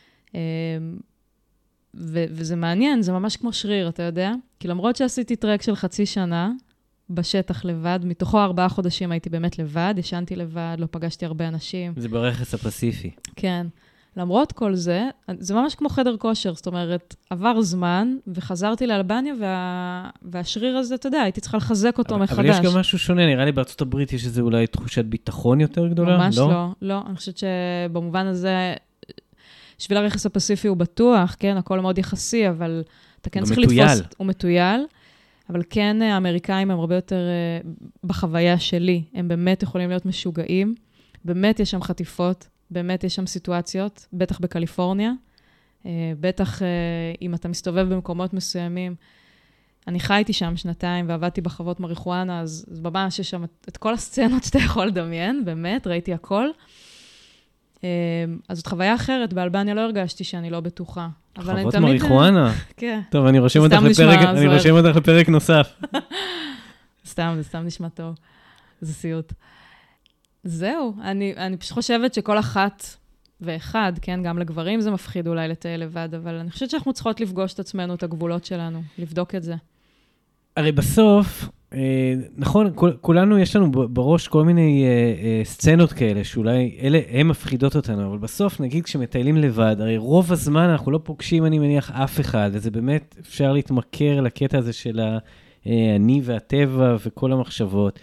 ו, וזה מעניין, זה ממש כמו שריר, אתה יודע? כי למרות שעשיתי טרק של חצי שנה, בשטח לבד, מתוכו ארבעה חודשים הייתי באמת לבד, ישנתי לבד, לא פגשתי הרבה אנשים. זה ברכס הפסיפי. כן. למרות כל זה, זה ממש כמו חדר כושר, זאת אומרת, עבר זמן, וחזרתי לאלבניה, וה... והשריר הזה, אתה יודע, הייתי צריכה לחזק אותו אבל, מחדש. אבל יש גם משהו שונה, נראה לי בארצות הברית יש איזה אולי תחושת ביטחון יותר גדולה, ממש לא? ממש לא, לא. אני חושבת שבמובן הזה, שביל הרכס הפסיפי הוא בטוח, כן, הכל מאוד יחסי, אבל אתה כן צריך מטויל. לתפוס, הוא מטויל, אבל כן, האמריקאים הם הרבה יותר, בחוויה שלי, הם באמת יכולים להיות משוגעים, באמת יש שם חטיפות, באמת יש שם סיטואציות, בטח בקליפורניה, בטח אם אתה מסתובב במקומות מסוימים. אני חייתי שם שנתיים ועבדתי בחוות מריחואנה, אז ממש יש שם את כל הסצנות שאתה יכול לדמיין, באמת, ראיתי הכל. אז זאת חוויה אחרת, באלבניה לא הרגשתי שאני לא בטוחה. חוות מריחואנה? כן. טוב, אני רושם אותך לפרק נוסף. סתם, זה סתם נשמע טוב. זה סיוט. זהו, אני, אני פשוט חושבת שכל אחת ואחד, כן, גם לגברים זה מפחיד אולי לטייל לבד, אבל אני חושבת שאנחנו צריכות לפגוש את עצמנו, את הגבולות שלנו, לבדוק את זה. הרי בסוף, אה, נכון, כול, כולנו יש לנו בראש כל מיני אה, אה, סצנות כאלה, שאולי אלה, הן מפחידות אותנו, אבל בסוף, נגיד כשמטיילים לבד, הרי רוב הזמן אנחנו לא פוגשים, אני מניח, אף אחד, וזה באמת אפשר להתמכר לקטע הזה של אני והטבע וכל המחשבות.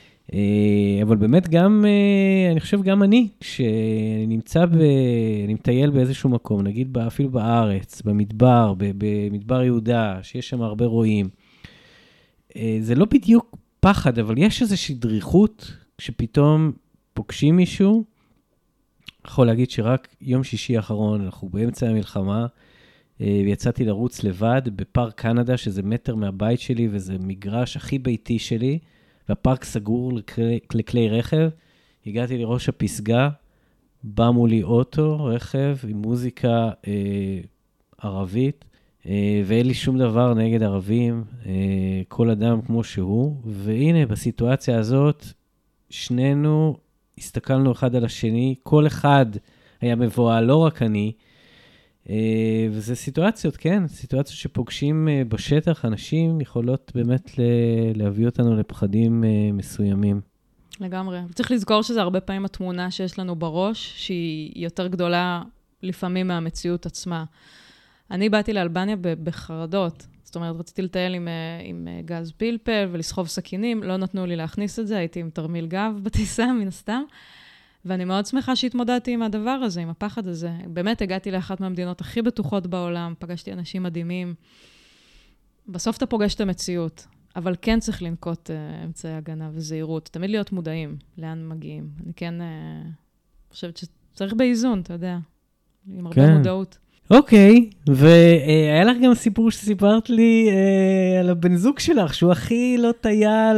אבל באמת גם, אני חושב גם אני, כשאני נמצא, ב, אני מטייל באיזשהו מקום, נגיד אפילו בארץ, במדבר, במדבר יהודה, שיש שם הרבה רועים, זה לא בדיוק פחד, אבל יש איזושהי דריכות, כשפתאום פוגשים מישהו, יכול להגיד שרק יום שישי האחרון, אנחנו באמצע המלחמה, ויצאתי לרוץ לבד בפארק קנדה, שזה מטר מהבית שלי, וזה מגרש הכי ביתי שלי, והפארק סגור לכלי, לכלי רכב. הגעתי לראש הפסגה, בא מולי אוטו, רכב, עם מוזיקה אה, ערבית, אה, ואין לי שום דבר נגד ערבים, אה, כל אדם כמו שהוא, והנה בסיטואציה הזאת, שנינו הסתכלנו אחד על השני, כל אחד היה מבואה, לא רק אני, אה, וזה סיטואציות, כן, סיטואציות שפוגשים אה, בשטח, אנשים יכולות באמת ל- להביא אותנו לפחדים אה, מסוימים. לגמרי. צריך לזכור שזה הרבה פעמים התמונה שיש לנו בראש, שהיא יותר גדולה לפעמים מהמציאות עצמה. אני באתי לאלבניה בחרדות, זאת אומרת, רציתי לטייל עם, עם גז פלפל ולסחוב סכינים, לא נתנו לי להכניס את זה, הייתי עם תרמיל גב בטיסה מן הסתם, ואני מאוד שמחה שהתמודדתי עם הדבר הזה, עם הפחד הזה. באמת הגעתי לאחת מהמדינות הכי בטוחות בעולם, פגשתי אנשים מדהימים. בסוף אתה פוגש את המציאות, אבל כן צריך לנקוט uh, אמצעי הגנה וזהירות, תמיד להיות מודעים לאן מגיעים. אני כן uh, חושבת שצריך באיזון, אתה יודע, עם הרבה כן. מודעות. אוקיי, והיה לך גם סיפור שסיפרת לי אה, על הבן זוג שלך, שהוא הכי לא טייל,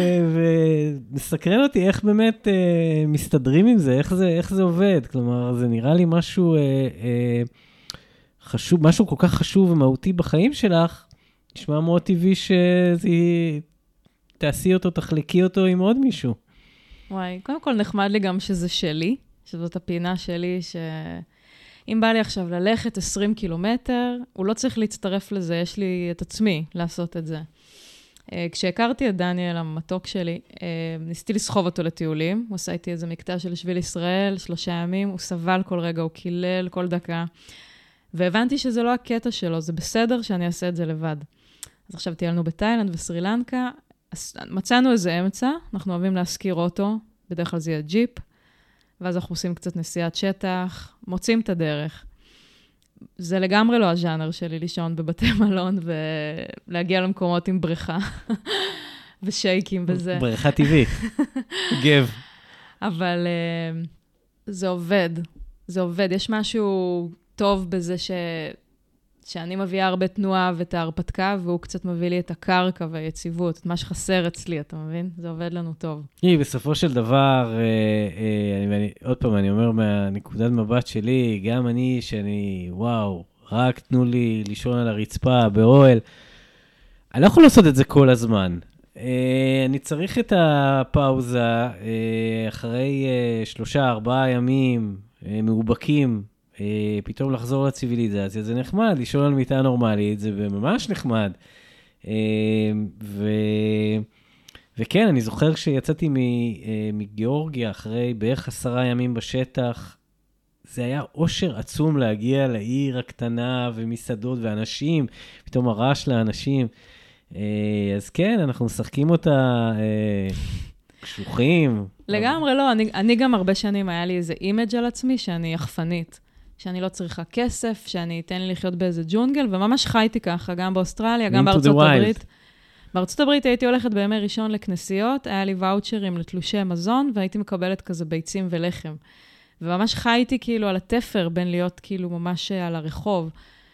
ומסקרן אותי איך באמת אה, מסתדרים עם זה, איך זה, איך זה עובד. כלומר, זה נראה לי משהו אה, אה, חשוב, משהו כל כך חשוב ומהותי בחיים שלך, נשמע מאוד טבעי שזה תעשי אותו, תחלקי אותו עם עוד מישהו. וואי, קודם כל נחמד לי גם שזה שלי, שזאת הפינה שלי, ש... אם בא לי עכשיו ללכת עשרים קילומטר, הוא לא צריך להצטרף לזה, יש לי את עצמי לעשות את זה. כשהכרתי את דניאל, המתוק שלי, ניסיתי לסחוב אותו לטיולים, הוא עשה איתי איזה מקטע של שביל ישראל, שלושה ימים, הוא סבל כל רגע, הוא קילל כל דקה, והבנתי שזה לא הקטע שלו, זה בסדר שאני אעשה את זה לבד. אז עכשיו טיילנו בתאילנד וסרילנקה, מצאנו איזה אמצע, אנחנו אוהבים להזכיר אוטו, בדרך כלל זה יהיה ג'יפ, ואז אנחנו עושים קצת נסיעת שטח, מוצאים את הדרך. זה לגמרי לא הז'אנר שלי, לישון בבתי מלון ולהגיע למקומות עם בריכה ושייקים וזה. בריכה טבעית, גב. אבל uh, זה עובד, זה עובד. יש משהו טוב בזה ש... שאני מביאה הרבה תנועה ואת ההרפתקה, והוא קצת מביא לי את הקרקע והיציבות, את מה שחסר אצלי, אתה מבין? זה עובד לנו טוב. היא, בסופו של דבר, אה, אה, אני, עוד פעם, אני אומר מהנקודת מבט שלי, גם אני, שאני, וואו, רק תנו לי לישון על הרצפה, באוהל, אני לא יכול לעשות את זה כל הזמן. אה, אני צריך את הפאוזה, אה, אחרי אה, שלושה, ארבעה ימים, אה, מאובקים, פתאום לחזור לציביליזציה, זה נחמד, לישון על מיטה נורמלית, זה ממש נחמד. ו... וכן, אני זוכר כשיצאתי מגיאורגיה, אחרי בערך עשרה ימים בשטח, זה היה אושר עצום להגיע לעיר הקטנה, ומסעדות ואנשים, פתאום הרעש לאנשים. אז כן, אנחנו משחקים אותה קשוחים. לגמרי לא, אני, אני גם הרבה שנים היה לי איזה אימג' על עצמי, שאני יחפנית. שאני לא צריכה כסף, שאני אתן לי לחיות באיזה ג'ונגל, וממש חייתי ככה, גם באוסטרליה, גם בארצות הברית. בארצות הברית הייתי הולכת בימי ראשון לכנסיות, היה לי ואוצ'רים לתלושי מזון, והייתי מקבלת כזה ביצים ולחם. וממש חייתי כאילו על התפר, בין להיות כאילו ממש על הרחוב,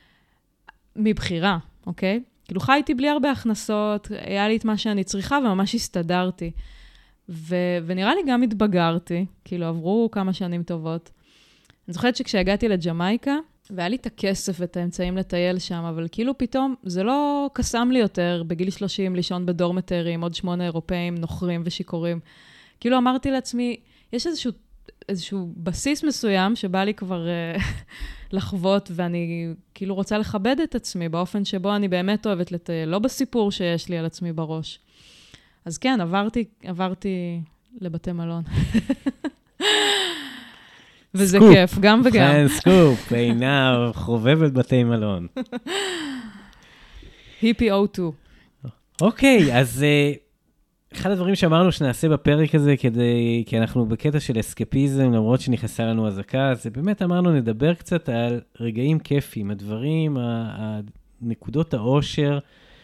מבחירה, אוקיי? כאילו חייתי בלי הרבה הכנסות, היה לי את מה שאני צריכה, וממש הסתדרתי. ו- ונראה לי גם התבגרתי, כאילו עברו כמה שנים טובות. אני זוכרת שכשהגעתי לג'מייקה, והיה לי את הכסף ואת האמצעים לטייל שם, אבל כאילו פתאום זה לא קסם לי יותר בגיל שלושים לישון בדורמטרי עם עוד שמונה אירופאים נוחרים ושיקורים. כאילו אמרתי לעצמי, יש איזשהו, איזשהו בסיס מסוים שבא לי כבר uh, לחוות, ואני כאילו רוצה לכבד את עצמי באופן שבו אני באמת אוהבת לטייל, לא בסיפור שיש לי על עצמי בראש. אז כן, עברתי, עברתי לבתי מלון. וזה סקופ. כיף, גם וגם. כן, סקופ, עינה חובבת בתי מלון. היפי או טו. אוקיי, אז uh, אחד הדברים שאמרנו שנעשה בפרק הזה, כדי, כי אנחנו בקטע של אסקפיזם, למרות שנכנסה לנו הזקה, זה באמת אמרנו נדבר קצת על רגעים כיפים, הדברים, הנקודות האושר,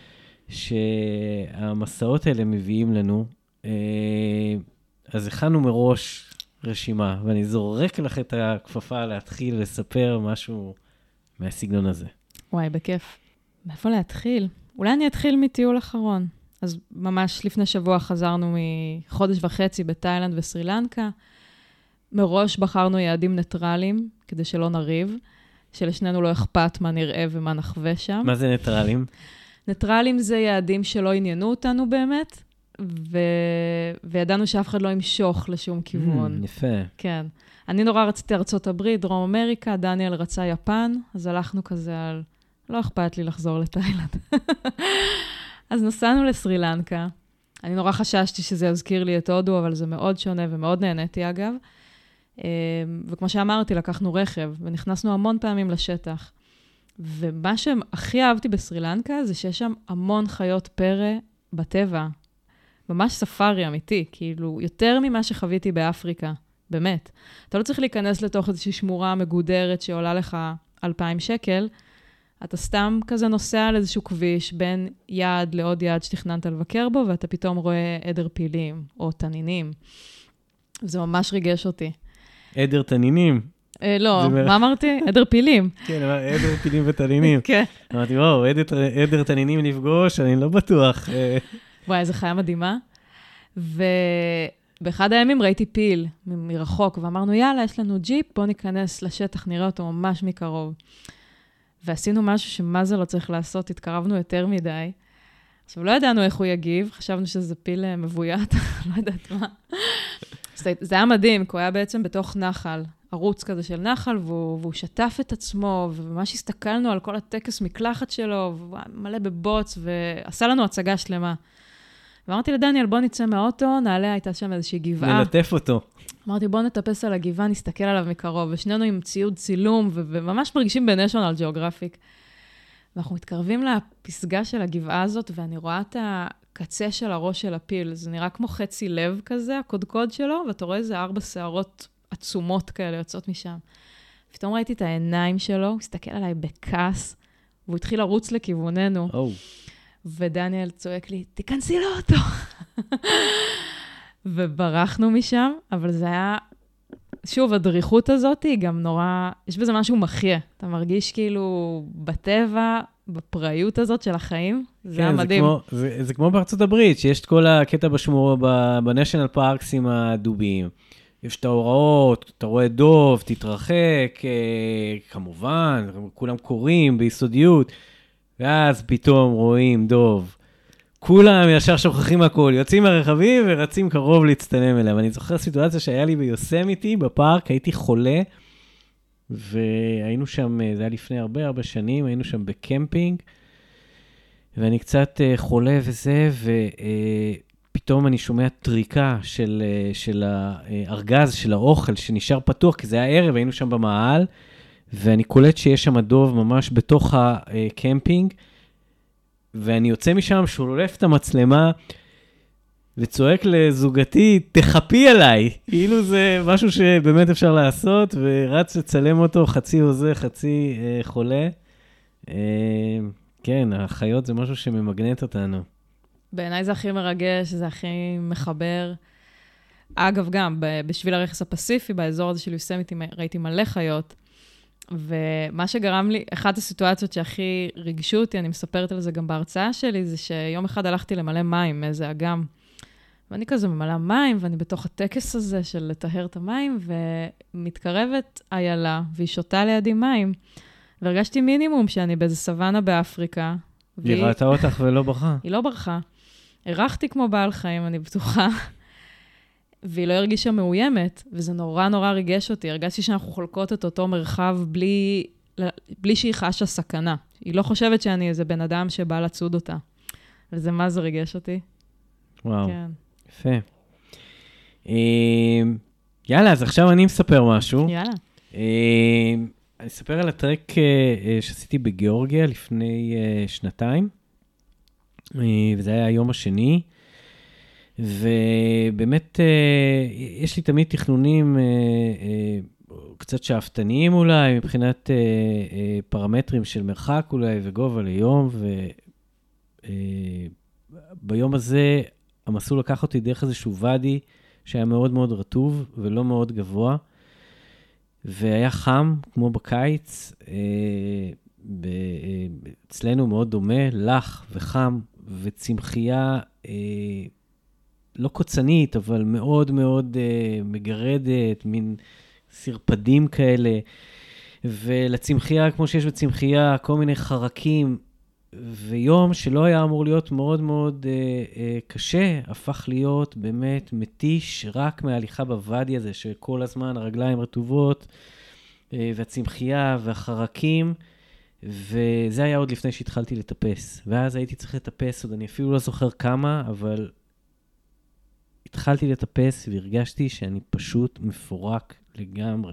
שהמסעות האלה מביאים לנו. Uh, אז הכנו מראש רשימה, ואני זורק לך את הכפפה להתחיל לספר משהו מהסגנון הזה. וואי, בכיף. מאיפה להתחיל? אולי אני אתחיל מטיול אחרון. אז ממש לפני שבוע חזרנו מחודש וחצי בתאילנד וסרילנקה. מראש בחרנו יעדים ניטרליים, כדי שלא נריב, שלשנינו לא אכפת מה נראה ומה נחווה שם. מה זה ניטרליים? ניטרליים זה יעדים שלא עניינו אותנו באמת, ו... וידענו שאף אחד לא ימשוך לשום כיוון. Mm, יפה. כן. אני נורא רציתי ארצות הברית, דרום אמריקה, דניאל רצה יפן, אז הלכנו כזה על, לא אכפת לי לחזור לתאילנד. אז נסענו לסרילנקה. אני נורא חששתי שזה יזכיר לי את הודו, אבל זה מאוד שונה ומאוד נהניתי אגב. וכמו שאמרתי, לקחנו רכב, ונכנסנו המון פעמים לשטח. ומה שהכי אהבתי בסרילנקה, זה שיש שם המון חיות פרא בטבע. ממש ספארי אמיתי, כאילו, יותר ממה שחוויתי באפריקה, באמת. אתה לא צריך להיכנס לתוך איזושהי שמורה מגודרת שעולה לך אלפיים שקל, אתה סתם כזה נוסע על איזשהו כביש בין יעד לעוד יעד שתכננת לבקר בו, ואתה פתאום רואה עדר פילים או תנינים. זה ממש ריגש אותי. עדר תנינים. לא, מה אמרתי? עדר פילים. כן, עדר פילים ותנינים. כן. אמרתי, וואו, עדר תנינים לפגוש, אני לא בטוח. וואי, איזו חיה מדהימה. ובאחד הימים ראיתי פיל מרחוק, ואמרנו, יאללה, יש לנו ג'יפ, בוא ניכנס לשטח, נראה אותו ממש מקרוב. ועשינו משהו שמה זה לא צריך לעשות, התקרבנו יותר מדי. עכשיו, לא ידענו איך הוא יגיב, חשבנו שזה פיל מבוית, לא יודעת מה. זה היה מדהים, כי הוא היה בעצם בתוך נחל, ערוץ כזה של נחל, והוא, והוא שטף את עצמו, וממש הסתכלנו על כל הטקס מקלחת שלו, והוא מלא בבוץ, ועשה לנו הצגה שלמה. ואמרתי לדניאל, בוא נצא מהאוטו, נעלה, הייתה שם איזושהי גבעה. נלטף אותו. אמרתי, בוא נטפס על הגבעה, נסתכל עליו מקרוב, ושנינו עם ציוד צילום, וממש מרגישים בנשיונל ג'אוגרפיק. ואנחנו מתקרבים לפסגה של הגבעה הזאת, ואני רואה את הקצה של הראש של הפיל. זה נראה כמו חצי לב כזה, הקודקוד שלו, ואתה רואה איזה ארבע שערות עצומות כאלה יוצאות משם. פתאום ראיתי את העיניים שלו, הוא הסתכל עליי בכעס, והוא התחיל לרוץ לכיווננו. Oh. ודניאל צועק לי, תיכנסי לאוטו. וברחנו משם, אבל זה היה, שוב, הדריכות הזאת היא גם נורא, יש בזה משהו מחיה. אתה מרגיש כאילו בטבע, בפראיות הזאת של החיים. זה כן, היה מדהים. זה כמו, זה, זה כמו בארצות הברית, שיש את כל הקטע בשמור, בנשיונל פארקס עם הדובים. יש את ההוראות, אתה רואה דוב, תתרחק, כמובן, כולם קוראים ביסודיות, ואז פתאום רואים דוב. כולם ישר שוכחים הכל, יוצאים מהרכבים ורצים קרוב להצטלם אליהם. אני זוכר סיטואציה שהיה לי ביוסמיטי, בפארק, הייתי חולה, והיינו שם, זה היה לפני הרבה הרבה שנים, היינו שם בקמפינג, ואני קצת חולה וזה, ופתאום אני שומע טריקה של, של הארגז, של האוכל, שנשאר פתוח, כי זה היה ערב, היינו שם במעל, ואני קולט שיש שם דוב ממש בתוך הקמפינג, ואני יוצא משם, שולף את המצלמה, וצועק לזוגתי, תחפי עליי. כאילו זה משהו שבאמת אפשר לעשות, ורץ לצלם אותו, חצי הוזה, חצי אה, חולה. אה, כן, החיות זה משהו שממגנט אותנו. בעיניי זה הכי מרגש, זה הכי מחבר. אגב, גם, בשביל הרכס הפסיפי, באזור הזה של יוסמיטי, ראיתי מלא חיות, ומה שגרם לי, אחת הסיטואציות שהכי ריגשו אותי, אני מספרת על זה גם בהרצאה שלי, זה שיום אחד הלכתי למלא מים מאיזה אגם, ואני כזה ממלא מים, ואני בתוך הטקס הזה של לטהר את המים, ומתקרבת איילה, והיא שותה לידי מים, והרגשתי מינימום שאני באיזה סוואנה באפריקה. היא ראתה אותך ולא ברחה. היא לא ברחה. הרחתי כמו בעל חיים, אני בטוחה. והיא לא הרגישה מאוימת, וזה נורא נורא ריגש אותי. הרגשתי שאנחנו חולקות את אותו מרחב בלי, בלי שהיא חשה סכנה. היא לא חושבת שאני איזה בן אדם שבא לצוד אותה. וזה מה זה ריגש אותי. וואו, כן. יפה. יאללה, אז עכשיו אני מספר משהו. יאללה. אני אספר על הטרק שעשיתי בגיאורגיה לפני שנתיים, וזה היה היום השני. ובאמת, יש לי תמיד תכנונים קצת שאפתניים אולי, מבחינת פרמטרים של מרחק אולי וגובה ליום, וביום הזה המסלול לקח אותי דרך איזשהו ואדי שהיה מאוד מאוד רטוב ולא מאוד גבוה, והיה חם כמו בקיץ, אצלנו מאוד דומה, לח וחם וצמחייה, לא קוצנית, אבל מאוד מאוד uh, מגרדת, מין סרפדים כאלה, ולצמחייה, כמו שיש בצמחייה, כל מיני חרקים, ויום שלא היה אמור להיות מאוד מאוד uh, uh, קשה, הפך להיות באמת מתיש, רק מההליכה בוואדי הזה, שכל הזמן הרגליים רטובות, uh, והצמחייה והחרקים, וזה היה עוד לפני שהתחלתי לטפס, ואז הייתי צריך לטפס, עוד אני אפילו לא זוכר כמה, אבל התחלתי לטפס והרגשתי שאני פשוט מפורק לגמרי.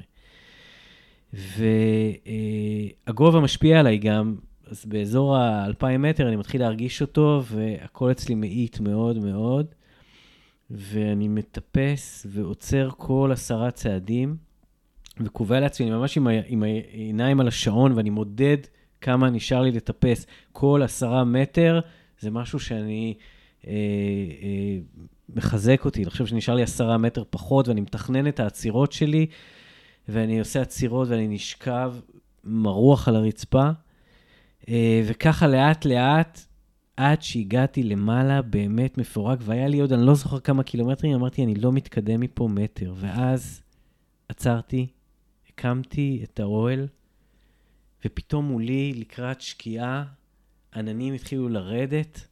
והגובה משפיע עליי גם, אז באזור ה-אלפיים מטר אני מתחיל להרגיש אותו, והכל אצלי מאית מאוד מאוד, ואני מטפס ועוצר כל עשרה צעדים, וקובע לעצמי, אני ממש עם, ה- עם העיניים על השעון, ואני מודד כמה נשאר לי לטפס. כל עשרה מטר זה משהו שאני אה, אה, מחזק אותי. אני חושב שנשאר לי עשרה מטר פחות, ואני מתכנן את העצירות שלי, ואני עושה עצירות ואני נשכב מרוח על הרצפה, וככה לאט לאט, עד שהגעתי למעלה באמת מפורק, והיה לי עוד, אני לא זוכר כמה קילומטרים, אמרתי, אני לא מתקדם מפה מטר, ואז עצרתי, הקמתי את האוהל, ופתאום מולי לקראת שקיעה, עננים התחילו לרדת,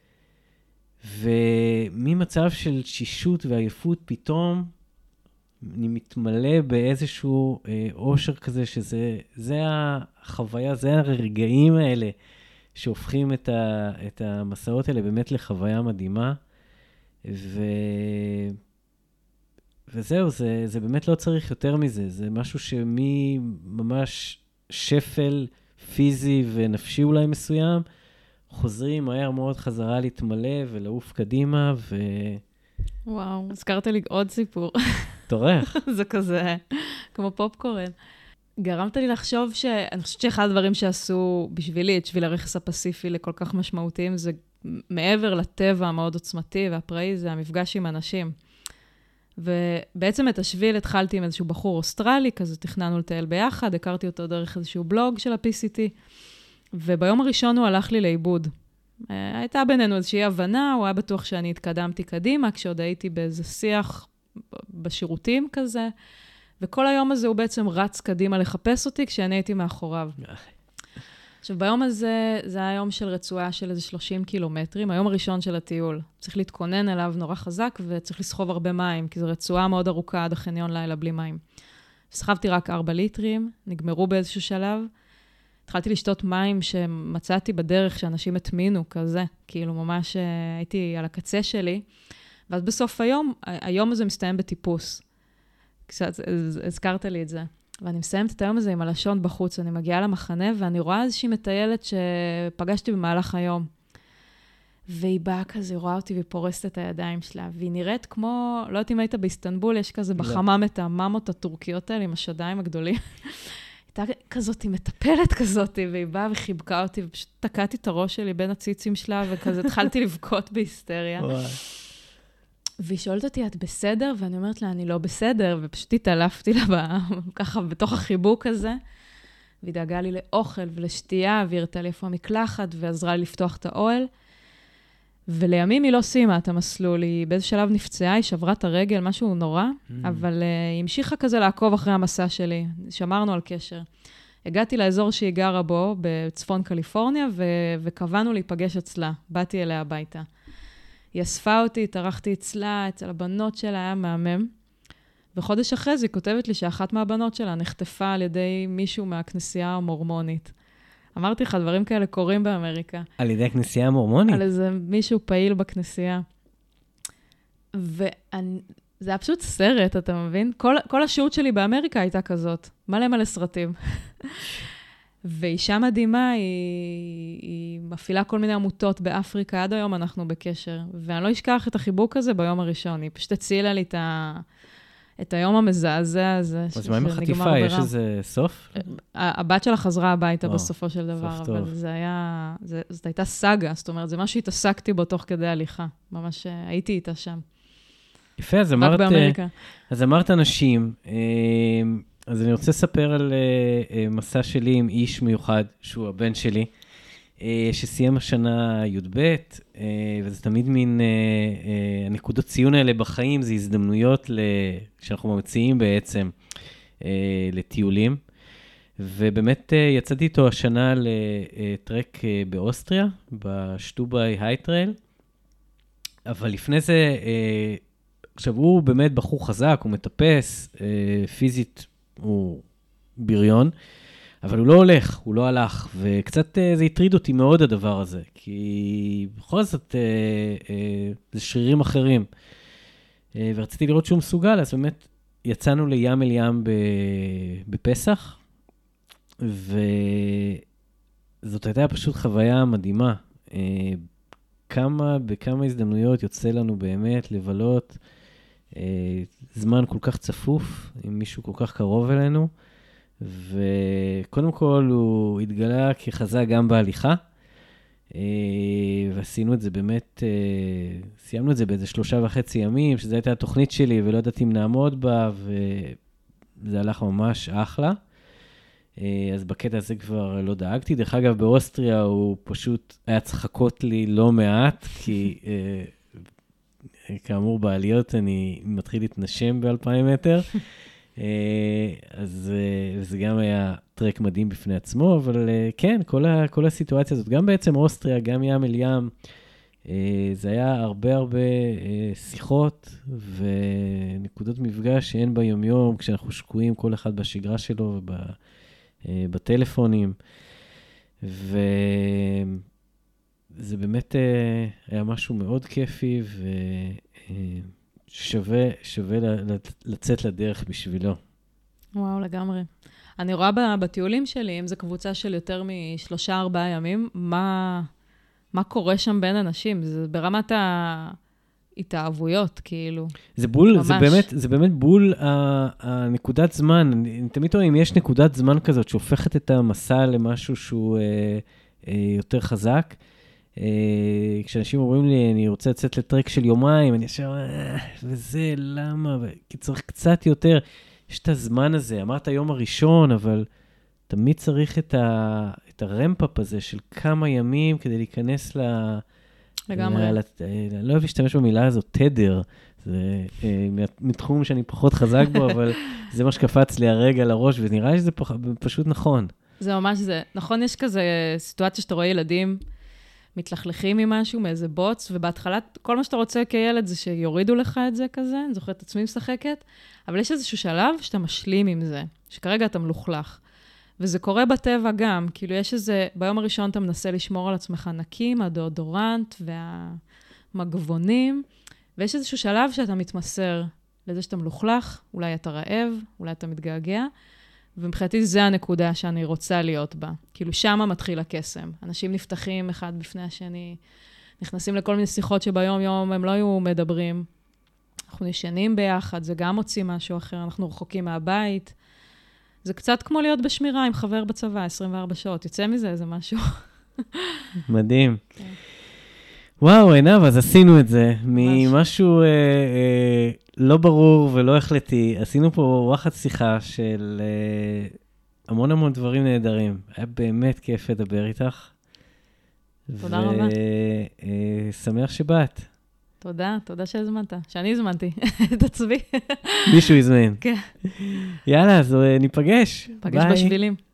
וממצב של שישות ועייפות, פתאום אני מתמלא באיזשהו אה, אושר כזה, שזה זה החוויה, זה הרגעים האלה, שהופכים את, ה, את המסעות האלה באמת לחוויה מדהימה, ו... וזהו, זה, זה באמת לא צריך יותר מזה, זה משהו שמי ממש שפל פיזי ונפשי אולי מסוים, חוזרים מהר מאוד חזרה להתמלא ולעוף קדימה, ו... וואו, הזכרת לי עוד סיפור. תורך. זה כזה, כמו פופקורן. גרמת לי לחשוב ש... אני חושבת שאחד הדברים שעשו בשבילי, את שביל הרכס הפסיפי לכל כך משמעותיים, זה מעבר לטבע המאוד עוצמתי והפראי, זה המפגש עם אנשים. ובעצם את השביל התחלתי עם איזשהו בחור אוסטרלי, כזה תכננו לטייל ביחד, הכרתי אותו דרך איזשהו בלוג של ה-פי סי טי, וביום הראשון הוא הלך לי לאיבוד. הייתה בינינו איזושהי הבנה, הוא היה בטוח שאני התקדמתי קדימה, כשעוד הייתי באיזה שיח בשירותים כזה, וכל היום הזה הוא בעצם רץ קדימה לחפש אותי, כשאני הייתי מאחוריו. עכשיו, ביום הזה, זה היה יום של רצועה של איזה שלושים קילומטרים, היום הראשון של הטיול. צריך להתכונן אליו נורא חזק, וצריך לסחוב הרבה מים, כי זו רצועה מאוד ארוכה עד החניון לילה בלי מים. סחבתי רק ארבע ליטרים, נגמרו באיזשהו שלב. התחלתי לשתות מים שמצאתי בדרך שאנשים התמינו כזה, כאילו ממש הייתי על הקצה שלי. ואז בסוף היום, היום הזה מסתיים בטיפוס. קצת, הזכרת לי את זה. ואני מסיימת את היום הזה עם הלשון בחוץ, אני מגיעה למחנה, ואני רואה איזושהי מטיילת שפגשתי במהלך היום. והיא באה כזה, רואה אותי ופורסת את הידיים שלה, והיא נראית כמו, לא יודעת אם היית באיסטנבול, יש כזה בחמם את הממות הטורקיות האלה עם השדיים הגדולים. הייתה כזאת, היא מטפלת כזאת, והיא באה וחיבקה אותי, ופשוט תקעתי את הראש שלי בין הציצים שלה, וכזה התחלתי לבכות בהיסטריה. והיא שואלת אותי, את בסדר? ואני אומרת לה, אני לא בסדר, ופשוט התעלפתי לה ככה בתוך החיבוק הזה, והיא דאגה לי לאוכל ולשתייה, והיא הראתה לי איפה המקלחת, ועזרה לי לפתוח את האוהל, ולימים היא לא סיימה את המסלול, היא באיזה שלב נפצעה, היא שברה את הרגל, משהו נורא, mm. אבל uh, היא המשיכה כזה לעקוב אחרי המסע שלי, שמרנו על קשר. הגעתי לאזור שהיא גרה בו, בצפון קליפורניה, ו- וקבענו להיפגש אצלה, באתי אליה הביתה. היא אספה אותי, התארחתי אצלה, אצל הבנות שלה, היה מהמם. וחודש אחרי זה היא כותבת לי שאחת מהבנות שלה נחטפה על ידי מישהו מהכנסייה המורמונית. אמרתי לך, דברים כאלה קורים באמריקה. על ידי הכנסייה המורמונית? על איזה מישהו פעיל בכנסייה. וזה היה פשוט סרט, אתה מבין? כל, כל השהות שלי באמריקה הייתה כזאת. מלא מלא סרטים. ואישה מדהימה, היא, היא מפעילה כל מיני עמותות באפריקה, עד היום אנחנו בקשר. ואני לא אשכח את החיבוק הזה ביום הראשון. היא פשוט הצילה לי את ה... את היום המזעזע הזה. אז מה עם החטיפה? יש איזה סוף? הבת שלה חזרה הביתה בסופו של דבר, אבל זה היה, זאת הייתה סאגה, זאת אומרת, זה מה שהתעסקתי בו תוך כדי הליכה. ממש הייתי איתה שם. יפה, אז אמרת, אז אמרת אנשים, אז אני רוצה לספר על מסע שלי עם איש מיוחד, שהוא הבן שלי, שסיים השנה י' ב', וזה תמיד מין, הנקודות ציון האלה בחיים, זה הזדמנויות שאנחנו מציעים בעצם לטיולים, ובאמת יצאתי איתו השנה לטרק באוסטריה, בשטוביי הייטרייל, אבל לפני זה, עכשיו הוא באמת בחור חזק, הוא מטפס, פיזית הוא בריון, אבל הוא לא הולך, הוא לא הלך, וקצת זה הטריד אותי מאוד הדבר הזה, כי בכל זאת זה שרירים אחרים, ורציתי לראות שהוא מסוגל, אז באמת יצאנו לים אל ים בפסח, וזאת הייתה פשוט חוויה מדהימה, כמה, בכמה הזדמנויות יוצא לנו באמת לבלות זמן כל כך צפוף, עם מישהו כל כך קרוב אלינו, וקודם כל הוא התגלה כחזק גם בהליכה, ועשינו את זה באמת, סיימנו את זה באיזה שלושה וחצי ימים, שזו הייתה התוכנית שלי, ולא ידעתי אם נעמוד בה, זה הלך ממש אחלה. אז בקטע הזה כבר לא דאגתי. דרך אגב, באוסטריה הוא פשוט היה צריך לחכות לי לא מעט, כי כאמור בעליות אני מתחיל להתנשם ב-אלפיים מטר. אז זה גם היה טרק מדהים בפני עצמו, אבל כן, כל, ה, כל הסיטואציה הזאת, גם בעצם אוסטריה, גם ים אל ים, זה היה הרבה הרבה שיחות ונקודות מפגש שאין ביום-יום, כשאנחנו שקועים כל אחד בשגרה שלו ובטלפונים, וזה באמת היה משהו מאוד כיפי ושווה שווה לצאת לדרך בשבילו. וואו, לגמרי. אני רואה בטיולים שלי, אם זו קבוצה של יותר משלושה, ארבעה ימים, מה... מה קורה שם בין אנשים? זה ברמת ההתאהבויות, כאילו. זה בול, זה באמת, זה באמת בול הנקודת זמן. אני, אני תמיד רואה, אם יש נקודת זמן כזאת, שהופכת את המסע למשהו שהוא אה, אה, יותר חזק, אה, כשאנשים אומרים לי, אני רוצה לצאת לטרק של יומיים, אני אשר, אה, וזה, למה? כי צריך קצת יותר. יש את הזמן הזה, אמרת היום הראשון, אבל תמיד צריך את ה... את הרמפ-אפ הזה של כמה ימים כדי להיכנס ל... לגמרי. ל... אני לא אוהב להשתמש במילה הזאת, תדר. זה מתחום שאני פחות חזק בו, אבל זה מה שקפץ לי הרגע לראש, ונראה לי שזה פח... פשוט נכון. זה ממש זה. נכון, יש כזה סיטואציה שאתה רואה ילדים מתלכלכים ממשהו, מאיזה בוץ, ובהתחלה כל מה שאתה רוצה כילד זה שיורידו לך את זה כזה, אני זוכרת את עצמי משחקת, אבל יש איזשהו שלב שאתה משלים עם זה, שכרגע אתה מלוכלך. וזה קורה בטבע גם, כאילו יש איזה, ביום הראשון אתה מנסה לשמור על עצמך נקים, הדאודורנט והמגבונים, ויש איזשהו שלב שאתה מתמסר לזה שאתה מלוכלך, אולי אתה רעב, אולי אתה מתגעגע, ומבחינתי זה הנקודה שאני רוצה להיות בה. כאילו שמה מתחיל הקסם. אנשים נפתחים אחד בפני השני, נכנסים לכל מיני שיחות שביום יום הם לא היו מדברים. אנחנו ישנים ביחד, זה גם מוציא משהו אחר, אנחנו רחוקים מהבית, זה קצת כמו להיות בשמירה עם חבר בצבא, עשרים וארבע שעות. יוצא מזה, זה משהו. מדהים. כן. וואו, עינב, אז עשינו את זה. ממשהו אה, אה, לא ברור ולא החלטי. עשינו פה וואחד שיחה של אה, המון המון דברים נהדרים. היה באמת כיף לדבר איתך. תודה ו- רבה. ושמח שבאת. תודה, תודה שהזמנת. שאני הזמנתי את עצמי. מישהו הזמין. כן. יאללה, אז ניפגש. פגש בשבילים.